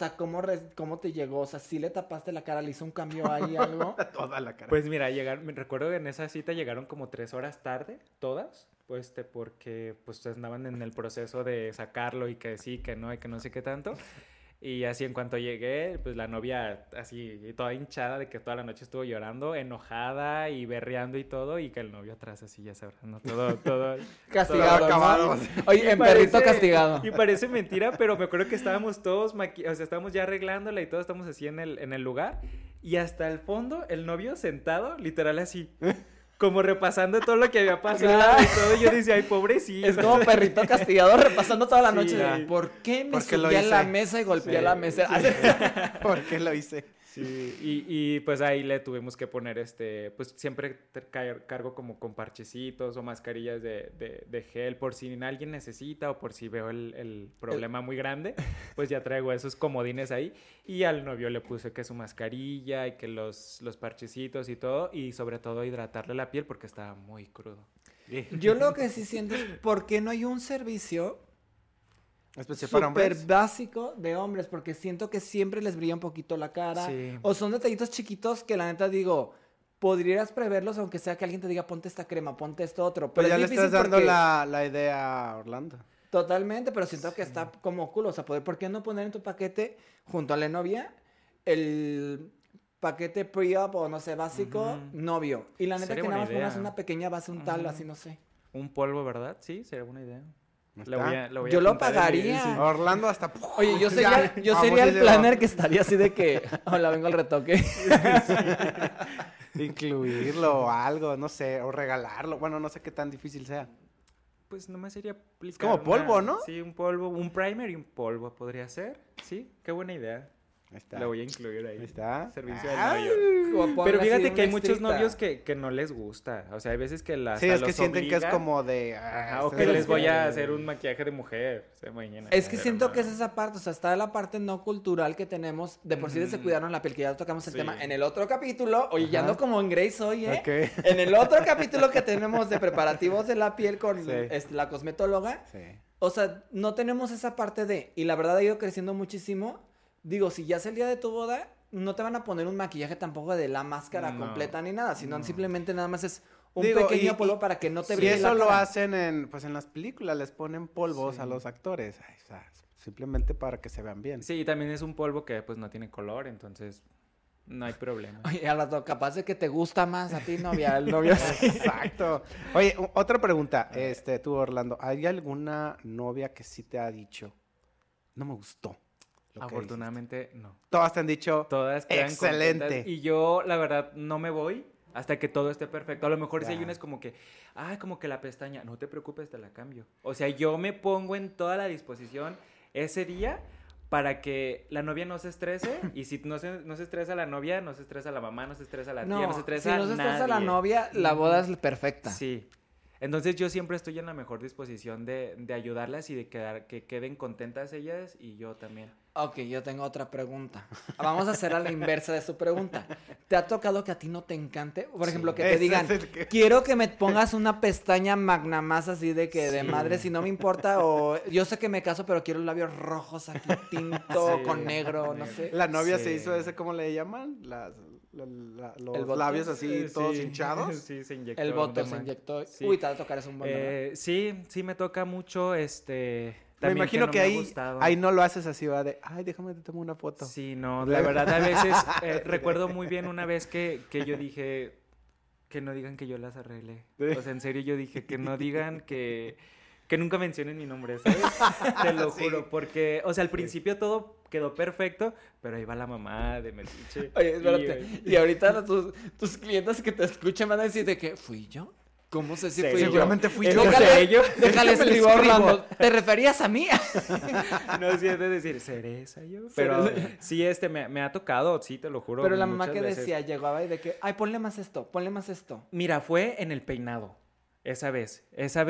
cómo te llegó? O sea, ¿sí le tapaste la cara? ¿Le hizo un cambio ahí algo? Toda la cara. Pues mira, me recuerdo que en esa cita llegaron como 3 horas tarde, todas, pues porque pues andaban en el proceso de sacarlo y que sí, que no, y que no sé qué tanto. Y así en cuanto llegué, pues la novia así toda hinchada de que toda la noche estuvo llorando, enojada y berreando y todo, y que el novio atrás así, ya sabrás, ¿no? Todo castigado, todo acabado. ¿No? Oye, en perrito castigado. Y parece mentira, pero me acuerdo que estábamos todos o sea, estábamos ya arreglándola y todos estamos así en el lugar, y hasta el fondo el novio sentado, literal así. Como repasando todo lo que había pasado y todo. Y yo decía, ay, pobrecito. Es como perrito castigado repasando toda la noche. ¿Por qué me subí a la mesa y golpeé la mesa? Sí. ¿Por qué lo hice? Sí, y pues ahí le tuvimos que poner pues siempre cargo como con parchecitos o mascarillas de gel por si alguien necesita o por si veo el problema muy grande, pues ya traigo esos comodines ahí. Y al novio le puse que su mascarilla y que los parchecitos y todo, y sobre todo hidratarle la piel porque estaba muy crudo. Yo lo que sí siento es, ¿por qué no hay un servicio especial para hombres? Súper básico de hombres, porque siento que siempre les brilla un poquito la cara. Sí. O son detallitos chiquitos que la neta digo, podrías preverlos aunque sea que alguien te diga, ponte esta crema, ponte esto otro. Pero ya le estás dando la idea a Orlando. Totalmente, pero siento que está como cool. O sea, ¿por qué no poner en tu paquete, junto a la novia, el paquete pre-op o no sé, básico, novio? Y la neta que nada más pongas una pequeña base, un tal, así no sé. Un polvo, ¿verdad? Sí, sería buena idea. Yo lo pagaría. Sí. Orlando hasta... Oye, yo sería el planner que estaría así de que, hola, vengo al retoque. Incluirlo o algo, no sé, o regalarlo. Bueno, no sé qué tan difícil sea. Pues nomás sería aplicar Es como polvo, ¿no? Sí, un polvo, un primer y un polvo podría ser. Sí, qué buena idea. Ahí está. Lo voy a incluir ahí. Ahí está. Servicio del Ay. novio. Pero fíjate que hay una muchos extrita. novios que no les gusta. O sea, hay veces que las Sí, es que sienten que es como de... Ajá, o este que es les el- voy a hacer un maquillaje de mujer. Se imaginan. Es que Pero siento no. que es esa parte, o sea, está la parte no cultural que tenemos, de por sí de se cuidaron la piel, que ya tocamos el Sí. tema en el otro capítulo. Oye, ya Ajá. ando como en Grace hoy, ¿eh? Ok. En el otro capítulo que tenemos de preparativos de la piel con Sí. la cosmetóloga, Sí. o sea, no tenemos esa parte de, y la verdad ha ido creciendo muchísimo. Digo, si ya es el día de tu boda, no te van a poner un maquillaje tampoco de la máscara No, completa ni nada, sino no. simplemente nada más es un Digo, pequeño y- polvo y- para que no te Si brille la eso lo cara. hacen en las películas, les ponen polvos Sí. a los actores. Ay, o sea, simplemente para que se vean bien. Sí, y también es un polvo que pues no tiene color, entonces no hay problema. Oye, a rato, capaz de que te gusta más a ti, novia, el novio sí. Exacto. Oye, otra pregunta, tú, Orlando, ¿hay alguna novia que sí te ha dicho, no me gustó lo que Afortunadamente, no. hiciste"? Todas te han dicho, Todas quedan Excelente. contentas. Y yo, la verdad, no me voy hasta que todo esté perfecto. A lo mejor si hay Ya. una es como que, como que la pestaña, no te preocupes, te la cambio. O sea, yo me pongo en toda la disposición ese día para que la novia no se estrese. Y si no se estresa la novia, no se estresa la mamá, no se estresa la tía, no, se si estresa no se estresa la nadie. novia, la boda es perfecta. Sí. Entonces yo siempre estoy en la mejor disposición de ayudarlas y de que queden contentas ellas y yo también. Ok, yo tengo otra pregunta. Vamos a hacer a la inversa de su pregunta. ¿Te ha tocado que a ti no te encante? Por Sí. ejemplo, que te Ese digan, es el que- quiero que me pongas una pestaña magna más así de que de Sí. madre, si no me importa, o yo sé que me caso, pero quiero labios rojos aquí, tinto, Sí. con negro, no sé. la novia Sí. se hizo ese, ¿cómo le llaman? Los ¿El botox? labios así, todos Sí. hinchados. Sí, se inyectó. El voto un se tema. inyectó. Sí. Uy, te va a tocar eso un buen ¿verdad? Sí, me toca mucho, Me también imagino no que me ha ahí, gustado. ahí no lo haces así, va de, ay, déjame te tomo una foto. Sí, no, la verdad a veces recuerdo muy bien una vez que yo dije que no digan que yo las arreglé. O sea, en serio yo dije que no digan que nunca mencionen mi nombre, ¿sabes? Te lo Sí. juro, porque, o sea, al principio todo quedó perfecto, pero ahí va la mamá de metiche. Oye, espérate. Y ahorita tus clientes que te escuchan van a decir de que, ¿fui yo? ¿Cómo sé si Sí, fui yo? seguramente fui ¿En yo. serio? Déjale escribo a Orlando. ¿Te referías a mí? No sé de decir, ¿seré esa yo? Pero sí, me ha tocado, sí, te lo juro. Pero la mamá muchas que veces. decía, llegaba y de que, ay, ponle más esto, ponle más esto. Mira, fue en el peinado. Esa vez,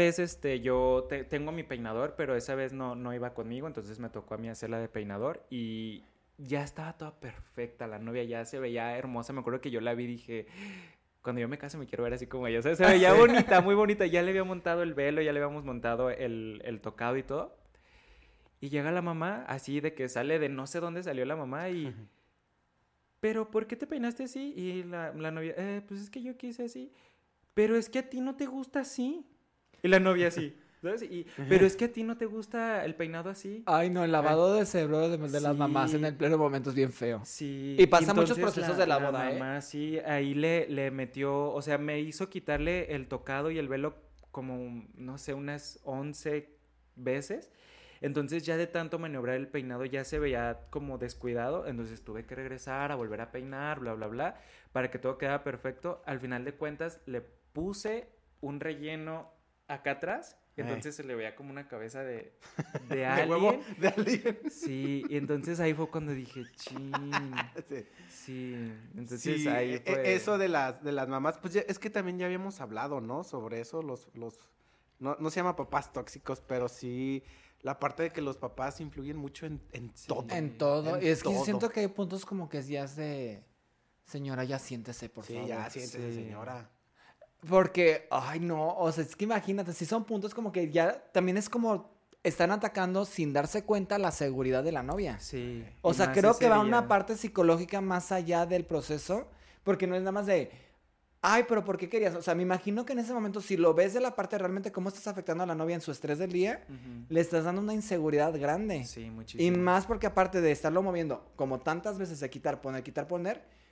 yo tengo mi peinador, pero esa vez no iba conmigo, entonces me tocó a mí hacerla de peinador y ya estaba toda perfecta, la novia ya se veía hermosa, me acuerdo que yo la vi y dije, cuando yo me case me quiero ver así como ella, o sea, se veía bonita, muy bonita, ya le había montado el velo, ya le habíamos montado el tocado y todo, y llega la mamá, así de que sale de no sé dónde salió la mamá y... ¿Pero por qué te peinaste así? Y la novia, pues es que yo quise así. Pero es que a ti no te gusta así. Y la novia así, ¿sabes? Pero es que a ti no te gusta el peinado así. Ay, no, el lavado de cerebro de las Sí. mamás en el pleno momento es bien feo. Sí. Y pasa muchos entonces procesos de la boda, La mamá, sí, ahí le metió, o sea, me hizo quitarle el tocado y el velo como, no sé, unas 11 veces. Entonces ya de tanto maniobrar el peinado ya se veía como descuidado, entonces tuve que regresar a volver a peinar, bla, bla, bla, para que todo quedara perfecto. Al final de cuentas le puse un relleno acá atrás, entonces se le veía como una cabeza de De alien. huevo, de alien. Sí, y entonces ahí fue cuando dije, chin, Sí. sí, entonces Sí, ahí fue... eso de las mamás, pues es que también ya habíamos hablado, ¿no? Sobre eso, no se llama papás tóxicos, pero sí la parte de que los papás influyen mucho en todo. En todo. En Y es que yo todo. siento que hay puntos como que ya es de, señora, ya siéntese, por Sí, favor. ya, siéntese, Sí. señora. Porque, ay, no, o sea, es que imagínate, si son puntos como que ya también es como están atacando sin darse cuenta la seguridad de la novia. Sí. O y sea, más creo ese que va día. una parte psicológica más allá del proceso, porque no es nada más de, ay, pero ¿por qué querías? O sea, me imagino que en ese momento, si lo ves de la parte realmente cómo estás afectando a la novia en su estrés del día, Ujú. le estás dando una inseguridad grande. Sí, Y muchísimo. más porque aparte de estarlo moviendo como tantas veces de quitar, poner,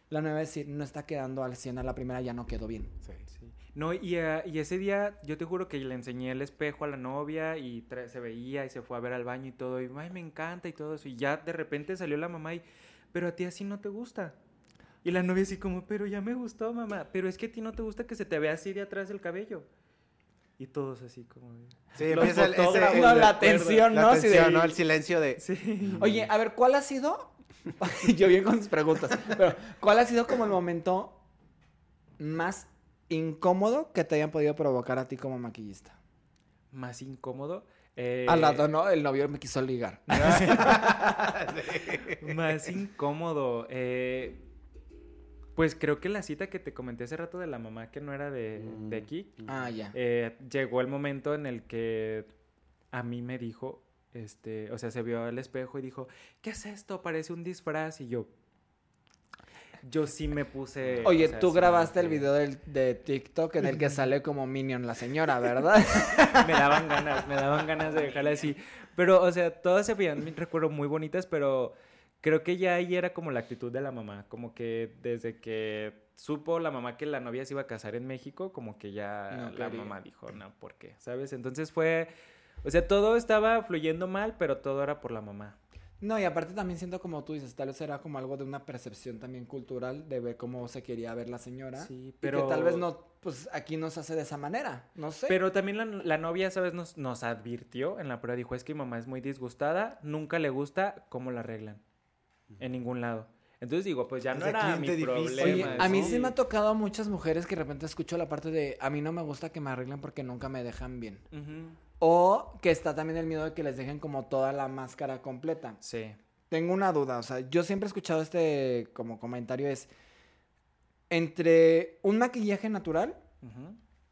la novia va a decir, no está quedando al 100 a la primera, ya no quedó bien. Sí. Sí. No, y ese día yo te juro que le enseñé el espejo a la novia y se veía y se fue a ver al baño y todo. Y, ay, me encanta y todo eso. Y ya de repente salió la mamá y, pero a ti así no te gusta. Y la novia así como, pero ya me gustó, mamá. Pero es que a ti no te gusta que se te vea así de atrás del cabello. Y todos así como... Sí, Los empieza fotógrafos, no, la tensión, la ¿no? tensión, Sí, ¿no? El silencio de... Sí. Oye, a ver, ¿cuál ha sido? Yo bien con sus preguntas. Pero, ¿cuál ha sido como el momento más incómodo que te hayan podido provocar a ti como maquillista? Más incómodo. Al rato, ¿no? El novio me quiso ligar. Más incómodo. Pues creo que la cita que te comenté hace rato de la mamá que no era de aquí. Ah, ya. Llegó el momento en el que a mí me dijo, o sea, se vio al espejo y dijo, ¿qué es esto? Parece un disfraz. Y yo sí me puse... Oye, o sea, tú sí grabaste me- el video de TikTok en el que sale como Minion la señora, ¿verdad? me daban ganas de dejarla así. Pero, o sea, todas se veían, recuerdo, muy bonitas, pero creo que ya ahí era como la actitud de la mamá. Como que desde que supo la mamá que la novia se iba a casar en México, como que ya No la quería. mamá dijo, no, ¿por qué? ¿Sabes? Entonces fue... O sea, todo estaba fluyendo mal, pero todo era por la mamá. No, y aparte también siento como tú dices, tal vez era como algo de una percepción también cultural de ver cómo se quería ver la señora. Sí, Pero... Y que tal vez no, pues aquí no se hace de esa manera, no sé. Pero también la novia, ¿sabes? Nos advirtió en la prueba. Dijo, es que mi mamá es muy disgustada. Nunca le gusta cómo la arreglan. En ningún lado. Entonces digo, pues ya Es no de era mi cliente difícil. problema. Oye, a mí ¿no? sí me ha tocado a muchas mujeres que de repente escucho la parte de, a mí no me gusta que me arreglen porque nunca me dejan bien. Ujú. O que está también el miedo de que les dejen como toda la máscara completa. Sí. Tengo una duda, o sea, yo siempre he escuchado este como comentario es, entre un maquillaje natural, Ujú.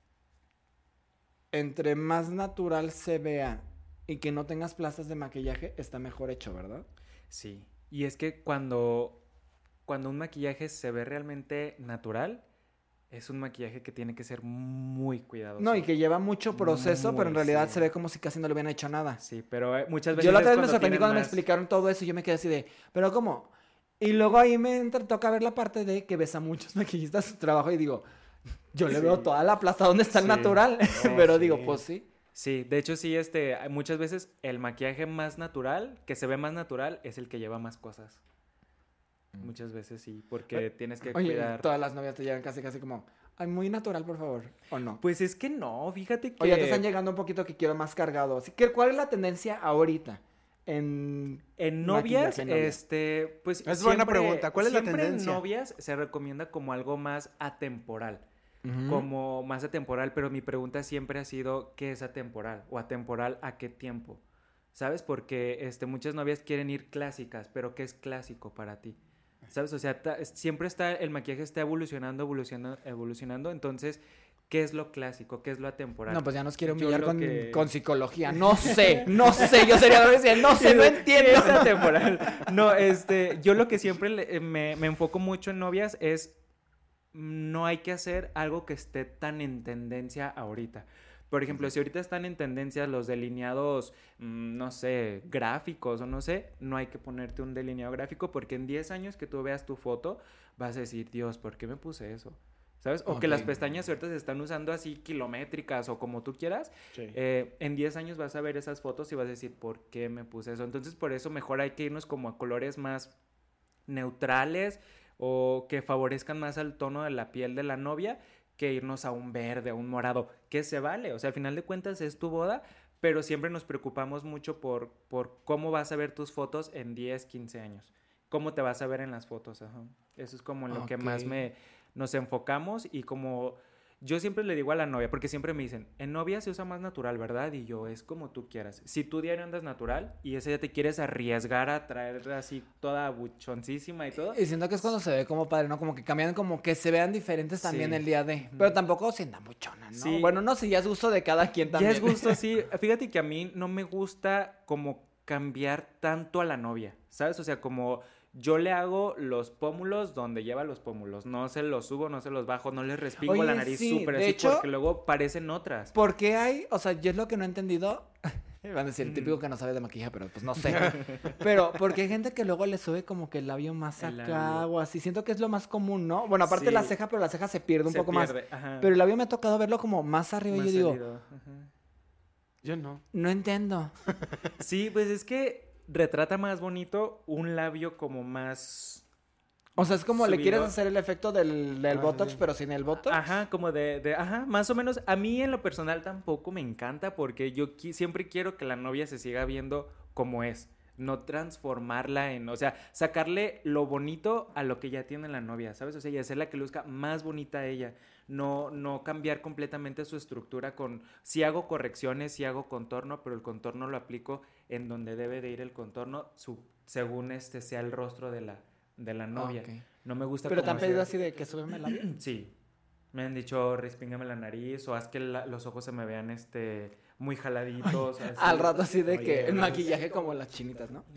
entre más natural se vea y que no tengas plazas de maquillaje, está mejor hecho, ¿verdad? Sí. Y es que cuando un maquillaje se ve realmente natural, es un maquillaje que tiene que ser muy cuidadoso. No, y que lleva mucho proceso, pero en Muy, realidad sí. se ve como si casi no le hubieran hecho nada. Sí, pero muchas veces Yo la es otra vez me cuando sorprendí tienen cuando me más- explicaron todo eso y yo me quedé así de, ¿pero cómo? Y luego ahí toca ver la parte de que ves a muchos maquillistas su trabajo y digo, yo le Sí. veo toda la plaza donde está el Sí. natural, No, pero sí. digo, pues sí. Sí, de hecho sí, muchas veces el maquillaje más natural, que se ve más natural, es el que lleva más cosas. Muchas veces sí, porque tienes que Oye, cuidar. todas las novias te llegan casi como, ay, muy natural, por favor, ¿o no? Pues es que no, fíjate que... O ya te están llegando un poquito que quiero más cargado. Así que, ¿cuál es la tendencia ahorita en En novias, maquillaje en novias? pues Es buena pregunta. ¿Cuál es la siempre tendencia? en novias se recomienda como algo más atemporal, Ujú. como más atemporal, pero mi pregunta siempre ha sido, ¿qué es atemporal? ¿O atemporal a qué tiempo? ¿Sabes? Porque muchas novias quieren ir clásicas, pero ¿qué es clásico para ti? ¿Sabes? O sea, siempre el maquillaje está evolucionando, entonces, ¿qué es lo clásico? ¿Qué es lo atemporal? No, pues ya nos quiere Yo humillar lo que- con psicología. No sé, yo sería la decir, no sé, no entiendo. Es atemporal. No, yo lo que siempre me enfoco mucho en novias es no hay que hacer algo que esté tan en tendencia ahorita. Por ejemplo, si ahorita están en tendencia los delineados, no sé, gráficos o no sé, no hay que ponerte un delineado gráfico porque en 10 años que tú veas tu foto vas a decir, Dios, ¿por qué me puse eso? ¿Sabes? O que Ok. las pestañas ahorita se están usando así kilométricas o como tú quieras. En 10 años vas a ver esas fotos y vas a decir, ¿por qué me puse eso? Entonces, por eso mejor hay que irnos como a colores más neutrales o que favorezcan más al tono de la piel de la novia que irnos a un verde, a un morado, que se vale. O sea, al final de cuentas es tu boda, pero siempre nos preocupamos mucho por cómo vas a ver tus fotos en 10, 15 años. Cómo te vas a ver en las fotos. Ajá. Eso es como en lo que más Ok. nos enfocamos y como... Yo siempre le digo a la novia, porque siempre me dicen, en novia se usa más natural, ¿verdad? Y yo, es como tú quieras. Si tú diario andas natural y ese día te quieres arriesgar a traer así toda buchoncísima y todo, Y siento que es cuando se ve como padre, ¿no? Como que cambian, como que se vean diferentes también Sí. el día de. Pero tampoco sientan buchona, ¿no? Sí. Bueno, no sé, ya es gusto de cada quien también. ya es gusto, sí. Fíjate que a mí no me gusta como cambiar tanto a la novia, ¿sabes? O sea, como yo le hago los pómulos donde lleva los pómulos. No se los subo, no se los bajo, no les respingo Oye, la nariz sí, súper de así hecho- porque luego parecen otras. ¿Por qué hay? O sea, yo es lo que no he entendido. Van a decir, el típico que no sabe de maquillaje, pero pues no sé. Pero, porque hay gente que luego le sube como que el labio más El acá labio. o así. Siento que es lo más común, ¿no? Bueno, aparte Sí. la ceja, pero la ceja se pierde un Se poco pierde, ajá. más. Pero el labio me ha tocado verlo como más arriba Más y yo digo, salido, ajá. Yo no. no entiendo. Sí, pues es que retrata más bonito un labio como más... O sea, es como le Subido. quieres hacer el efecto del Botox, sí. pero sin el Botox. Ajá, como ajá, más o menos. A mí en lo personal tampoco me encanta porque yo siempre quiero que la novia se siga viendo como es. No transformarla en, o sea, sacarle lo bonito a lo que ya tiene la novia, ¿sabes? O sea, y hacerla que luzca más bonita a ella. No cambiar completamente su estructura con, sí hago correcciones, sí hago contorno, pero el contorno lo aplico en donde debe de ir el contorno, según sea el rostro de la novia. Ok. No me gusta Pero te como han pedido hacer- así de que súbeme el labio. Sí. Me han dicho, respíngame la nariz o haz que los ojos se me vean muy jaladitos. Así. Al rato así de Oye, que el no, maquillaje como las chinitas, ¿no?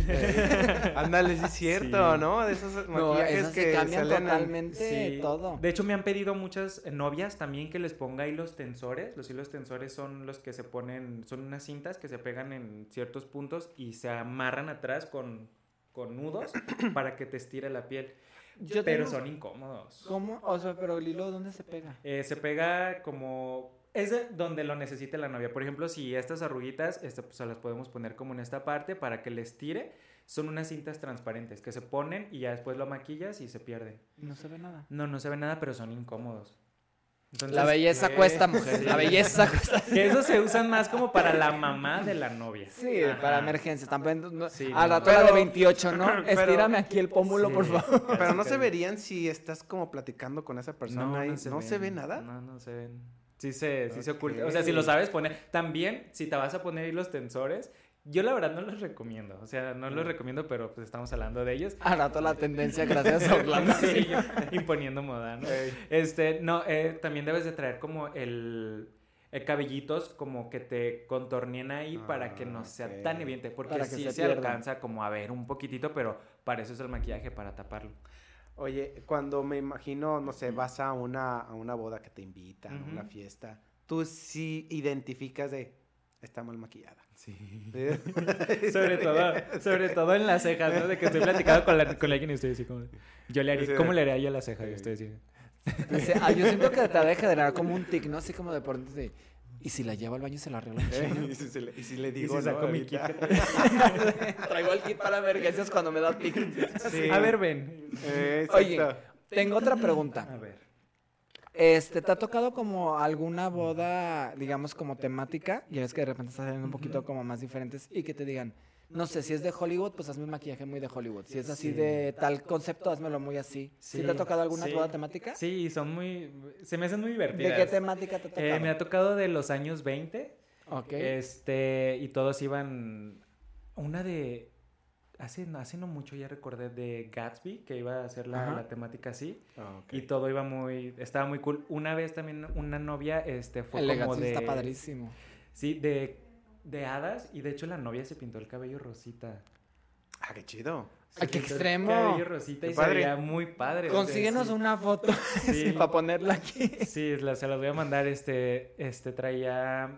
Ándale, sí es cierto, Sí. ¿no? De esos No, maquillajes esas que se cambian salen totalmente Sí. todo. De hecho, me han pedido muchas novias también que les ponga hilos tensores. Los hilos tensores son los que se ponen, son unas cintas que se pegan en ciertos puntos y se amarran atrás con nudos para que te estire la piel. Yo Pero tengo- son incómodos. ¿Cómo? O sea, pero el hilo, ¿dónde se pega? Se pega como... Es donde lo necesite la novia. Por ejemplo, si estas arruguitas pues, se las podemos poner como en esta parte para que les tire. Son unas cintas transparentes que se ponen y ya después lo maquillas y se pierde. No se ve nada. No se ve nada, pero son incómodos. Entonces, La belleza ¿qué? cuesta, mujer. Sí. La belleza cuesta. que esos se usan más como para la mamá de la novia. Sí, Ajá. para emergencias. También, no, Sí, a la no. tola de Pero- 28, ¿no? pero- Estírame aquí el pómulo, Sí. por favor. Pero no se verían si estás como platicando con esa persona y no se ve ven. nada. No se ven. Sí se oculta. Ok. O sea, si lo sabes poner. También, si te vas a poner hilos tensores, yo la verdad no los recomiendo. O sea, no los recomiendo, pero pues estamos hablando de ellos. A rato la tendencia, gracias a Orlando. Sí, yo imponiendo moda, ¿no? Ey. También debes de traer como el cabellitos como que te contornien ahí para que no sea ok. tan evidente, porque Para que sí se se pierda. alcanza como a ver un poquitito, pero para eso es el maquillaje, para taparlo. Oye, cuando me imagino, no sé, vas a una boda que te invitan, a una Ujú. fiesta, tú sí identificas de, está mal maquillada. Sí. ¿Sí? sobre todo en las cejas, ¿no? De que estoy platicando con alguien y estoy así como... ¿Cómo le haría yo a la ceja? Y estoy así... Dice, yo siento que te ha de generar como un tic, ¿no? Así como de por dentro de, ¿y si la llevo al baño y se la arreglo? Y si le digo, si ¿no? saco mi Ahorita. Traigo el kit para emergencias cuando me da tic. Sí. A ver, ven. Oye, Exacto. tengo otra pregunta. A ver. ¿Te ha tocado como alguna boda, digamos, como temática? Ya ves que de repente estás saliendo un poquito como más diferentes y que te digan, no sé, si es de Hollywood, pues hazme un maquillaje muy de Hollywood. Si es así Sí. de tal concepto, házmelo muy así. ¿Sí te ha tocado alguna sí. boda temática? Sí, se me hacen muy ¿De divertidas. qué temática te ha tocado? Me ha tocado de los años 20. Ok. Y todos iban. Una de. Hace no mucho ya recordé de Gatsby, que iba a hacer Ajá. la temática así. Ok. Y todo estaba muy cool. Una vez también una novia fue El como Legacy de. está padrísimo. Sí, de hadas. Y de hecho la novia se pintó el cabello rosita. Ah, qué chido. ¡Ay, qué Pintó el extremo! cabello rosita Qué y padre. se veía muy padre. o sea, Consíguenos sí. una foto Sí. para ponerla aquí. Sí, se las voy a mandar. Traía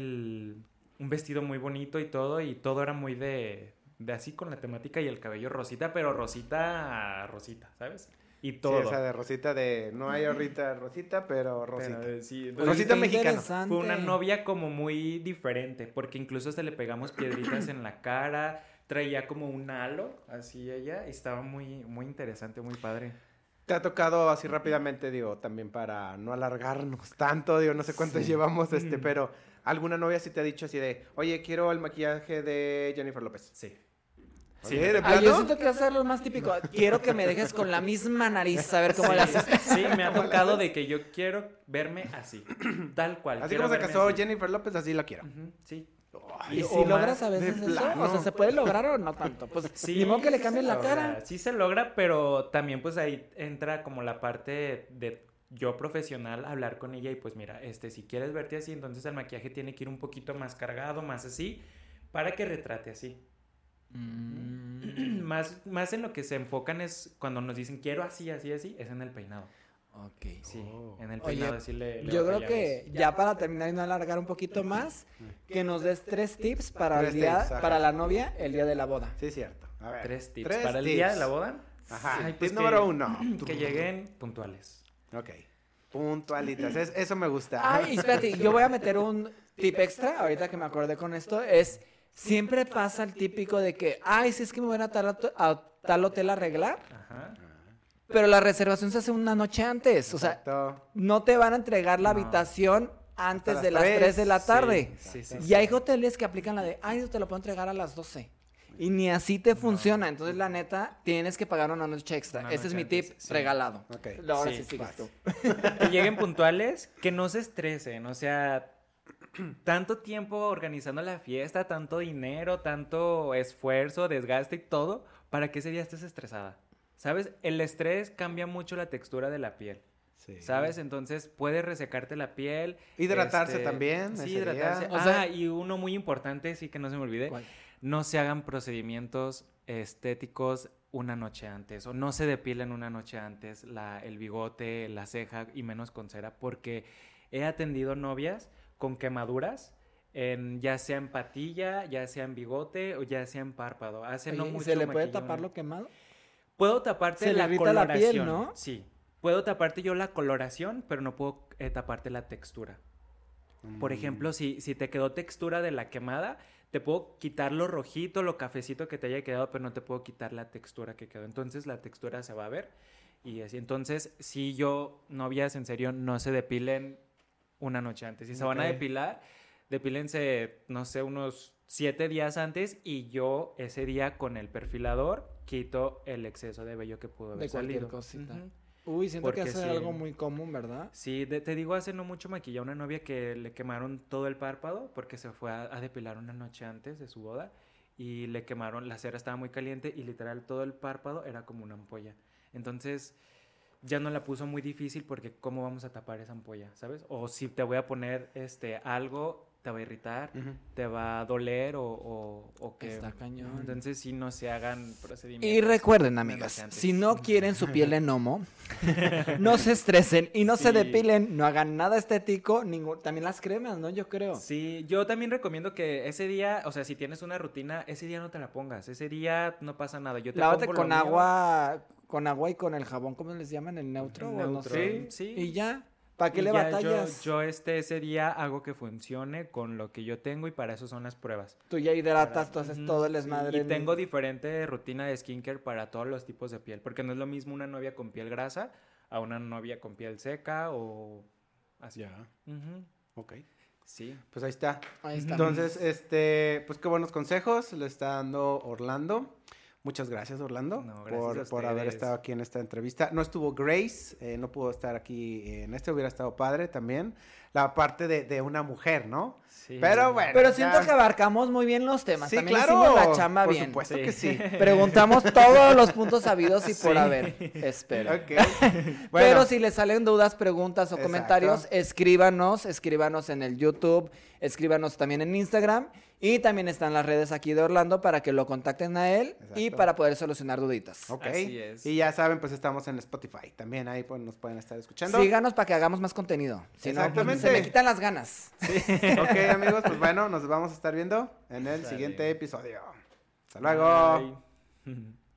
un vestido muy bonito y todo era muy de así con la temática y el cabello rosita, pero rosita, ¿sabes? Y todo. Sí, esa de Rosita de, no hay ahorita Rosita, pero Rosita. Pero, sí, Oye, entonces, Rosita qué mexicana. interesante. fue una novia como muy diferente, porque incluso hasta le pegamos piedritas en la cara, traía como un halo, así ella, y estaba muy, muy interesante, muy padre. ¿Te ha tocado así rápidamente, digo, también para no alargarnos tanto, digo, no sé cuánto llevamos, pero alguna novia sí te ha dicho así de, oye, quiero el maquillaje de Jennifer López? Sí. Sí, ¿de Yo plano? siento que hacer lo más típico. Quiero que me dejes con la misma nariz, a ver cómo la haces. Sí, me ha tocado de que yo quiero verme así, tal cual. Así quiero como se verme casó así. Jennifer López, así la quiero. Ujú, sí. ¿Y O si más, logras a veces de eso? plano. O sea, ¿se puede lograr o no tanto? Pues Sí, ni modo que le cambies la o sea, cara. sí se logra, pero también pues ahí entra como la parte de yo profesional hablar con ella y pues mira, si quieres verte así, entonces el maquillaje tiene que ir un poquito más cargado, más así, para que retrate así. Más en lo que se enfocan es cuando nos dicen quiero así, así, así, es en el peinado. Ok. Sí, en el Oye, peinado sí le yo creo batallamos. que ya para terminar y no alargar un poquito más, que nos des 3 tips para Tres el día, tips, ajá. para la novia el día de la boda. Sí, es cierto. A ver. 3 tips. Tres ¿Para el tips. día de la boda? Ajá. Ay, Tip pues número 1. Que lleguen puntuales. Ok. Puntualitas. Eso me gusta. Ay, espérate, yo voy a meter un tip extra, ahorita que me acordé con esto, es, siempre pasa el típico de que, ay, si es que me voy a tal hotel a arreglar, Ajá. pero la reservación se hace una noche antes, o sea, Exacto. no te van a entregar la No. habitación antes Hasta de las las 3 de la Sí, tarde. sí, sí, Y sí. hay hoteles que aplican la de, ay, te lo puedo entregar a las 12. Y ni así te funciona. Entonces, la neta, tienes que pagar una noche extra. Una Ese es noche mi tip antes, sí. regalado. Ok. Ahora Sí, sí sigues vas. tú. Que lleguen puntuales, que no se estresen, o sea, tanto tiempo organizando la fiesta, tanto dinero, tanto esfuerzo, desgaste y todo, para que ese día estés estresada. ¿Sabes? El estrés cambia mucho la textura de la piel. Sí. ¿Sabes? Entonces puede resecarte la piel. Hidratarse también, Sí, ese hidratarse. día. O sea- y uno muy importante, sí que no se me olvide. ¿Cuál? No se hagan procedimientos estéticos una noche antes o no se depilen una noche antes el bigote, la ceja y menos con cera porque he atendido novias con quemaduras ya sea en patilla, ya sea en bigote o ya sea en párpado. Hace no Oye, ¿y mucho ¿se le puede maquillé tapar una- lo quemado? Puedo taparte Se le la irrita la coloración, piel, ¿no? Sí. Puedo taparte yo la coloración, pero no puedo taparte la textura. Por ejemplo, si te quedó textura de la quemada, te puedo quitar lo rojito, lo cafecito que te haya quedado, pero no te puedo quitar la textura que quedó. Entonces la textura se va a ver y así. Entonces, si yo, novias, en serio, no se depilen una noche antes. Si se van a Ok. depilar, depílense, no sé, unos 7 días antes y yo ese día con el perfilador quito el exceso de vello que pudo haber De cualquier salido. cosita. Ujú. Uy, siento que Porque hace sí. algo muy común, ¿verdad? Sí, te digo, hace no mucho maquillé a una novia que le quemaron todo el párpado porque se fue a depilar una noche antes de su boda y le quemaron, la cera estaba muy caliente y literal todo el párpado era como una ampolla. Entonces ya no la puso muy difícil porque ¿cómo vamos a tapar esa ampolla, sabes? O si te voy a poner algo, te va a irritar, Ujú. te va a doler o que... Está cañón. Entonces sí no se hagan procedimientos. Y recuerden, una amigas, noche antes. si no quieren su piel en homo, no se estresen y no se Sí. depilen, no hagan nada estético, también las cremas, ¿no? Yo creo. Sí, yo también recomiendo que ese día, o sea, si tienes una rutina, ese día no te la pongas, ese día no pasa nada. Yo te Lávate pongo con lo mío. agua y con el jabón, ¿cómo les llaman? ¿El neutro? El o no neutro. sé? Sí. Y ya, ¿para qué Y le ya batallas? Yo ese día hago que funcione con lo que yo tengo y para eso son las pruebas. Tú ya hidratas, tú haces Ujú, todo el sí, desmadre. Y tengo diferente rutina de skincare para todos los tipos de piel, porque no es lo mismo una novia con piel grasa a una novia con piel seca o así. Ya. Ujú, Ok. sí. Pues ahí está. Ahí está. Entonces, pues qué buenos consejos le está dando Orlando. Muchas gracias, Orlando, No, gracias a por haber ustedes. estado aquí en esta entrevista. No estuvo Grace, no pudo estar aquí hubiera estado padre también. La parte de una mujer, ¿no? Sí. Pero bueno. Pero siento ya. que abarcamos muy bien los temas. Sí, También claro. hicimos la chamba por bien. supuesto Sí. que sí. Preguntamos todos los puntos habidos y por Sí. haber. Espero. Ok. Pero Bueno, si les salen dudas, preguntas o Exacto. comentarios, escríbanos en el YouTube, escríbanos también en Instagram y también están las redes aquí de Orlando para que lo contacten a él y Exacto. para poder solucionar duditas. ok. Así es. Y ya saben, pues estamos en Spotify. También ahí pues, nos pueden estar escuchando. Síganos para que hagamos más contenido. Si no, pues, Exactamente. se me quitan las ganas. Ok, amigos, pues bueno, nos vamos a estar viendo en el Sale. siguiente episodio. Hasta luego. Bye.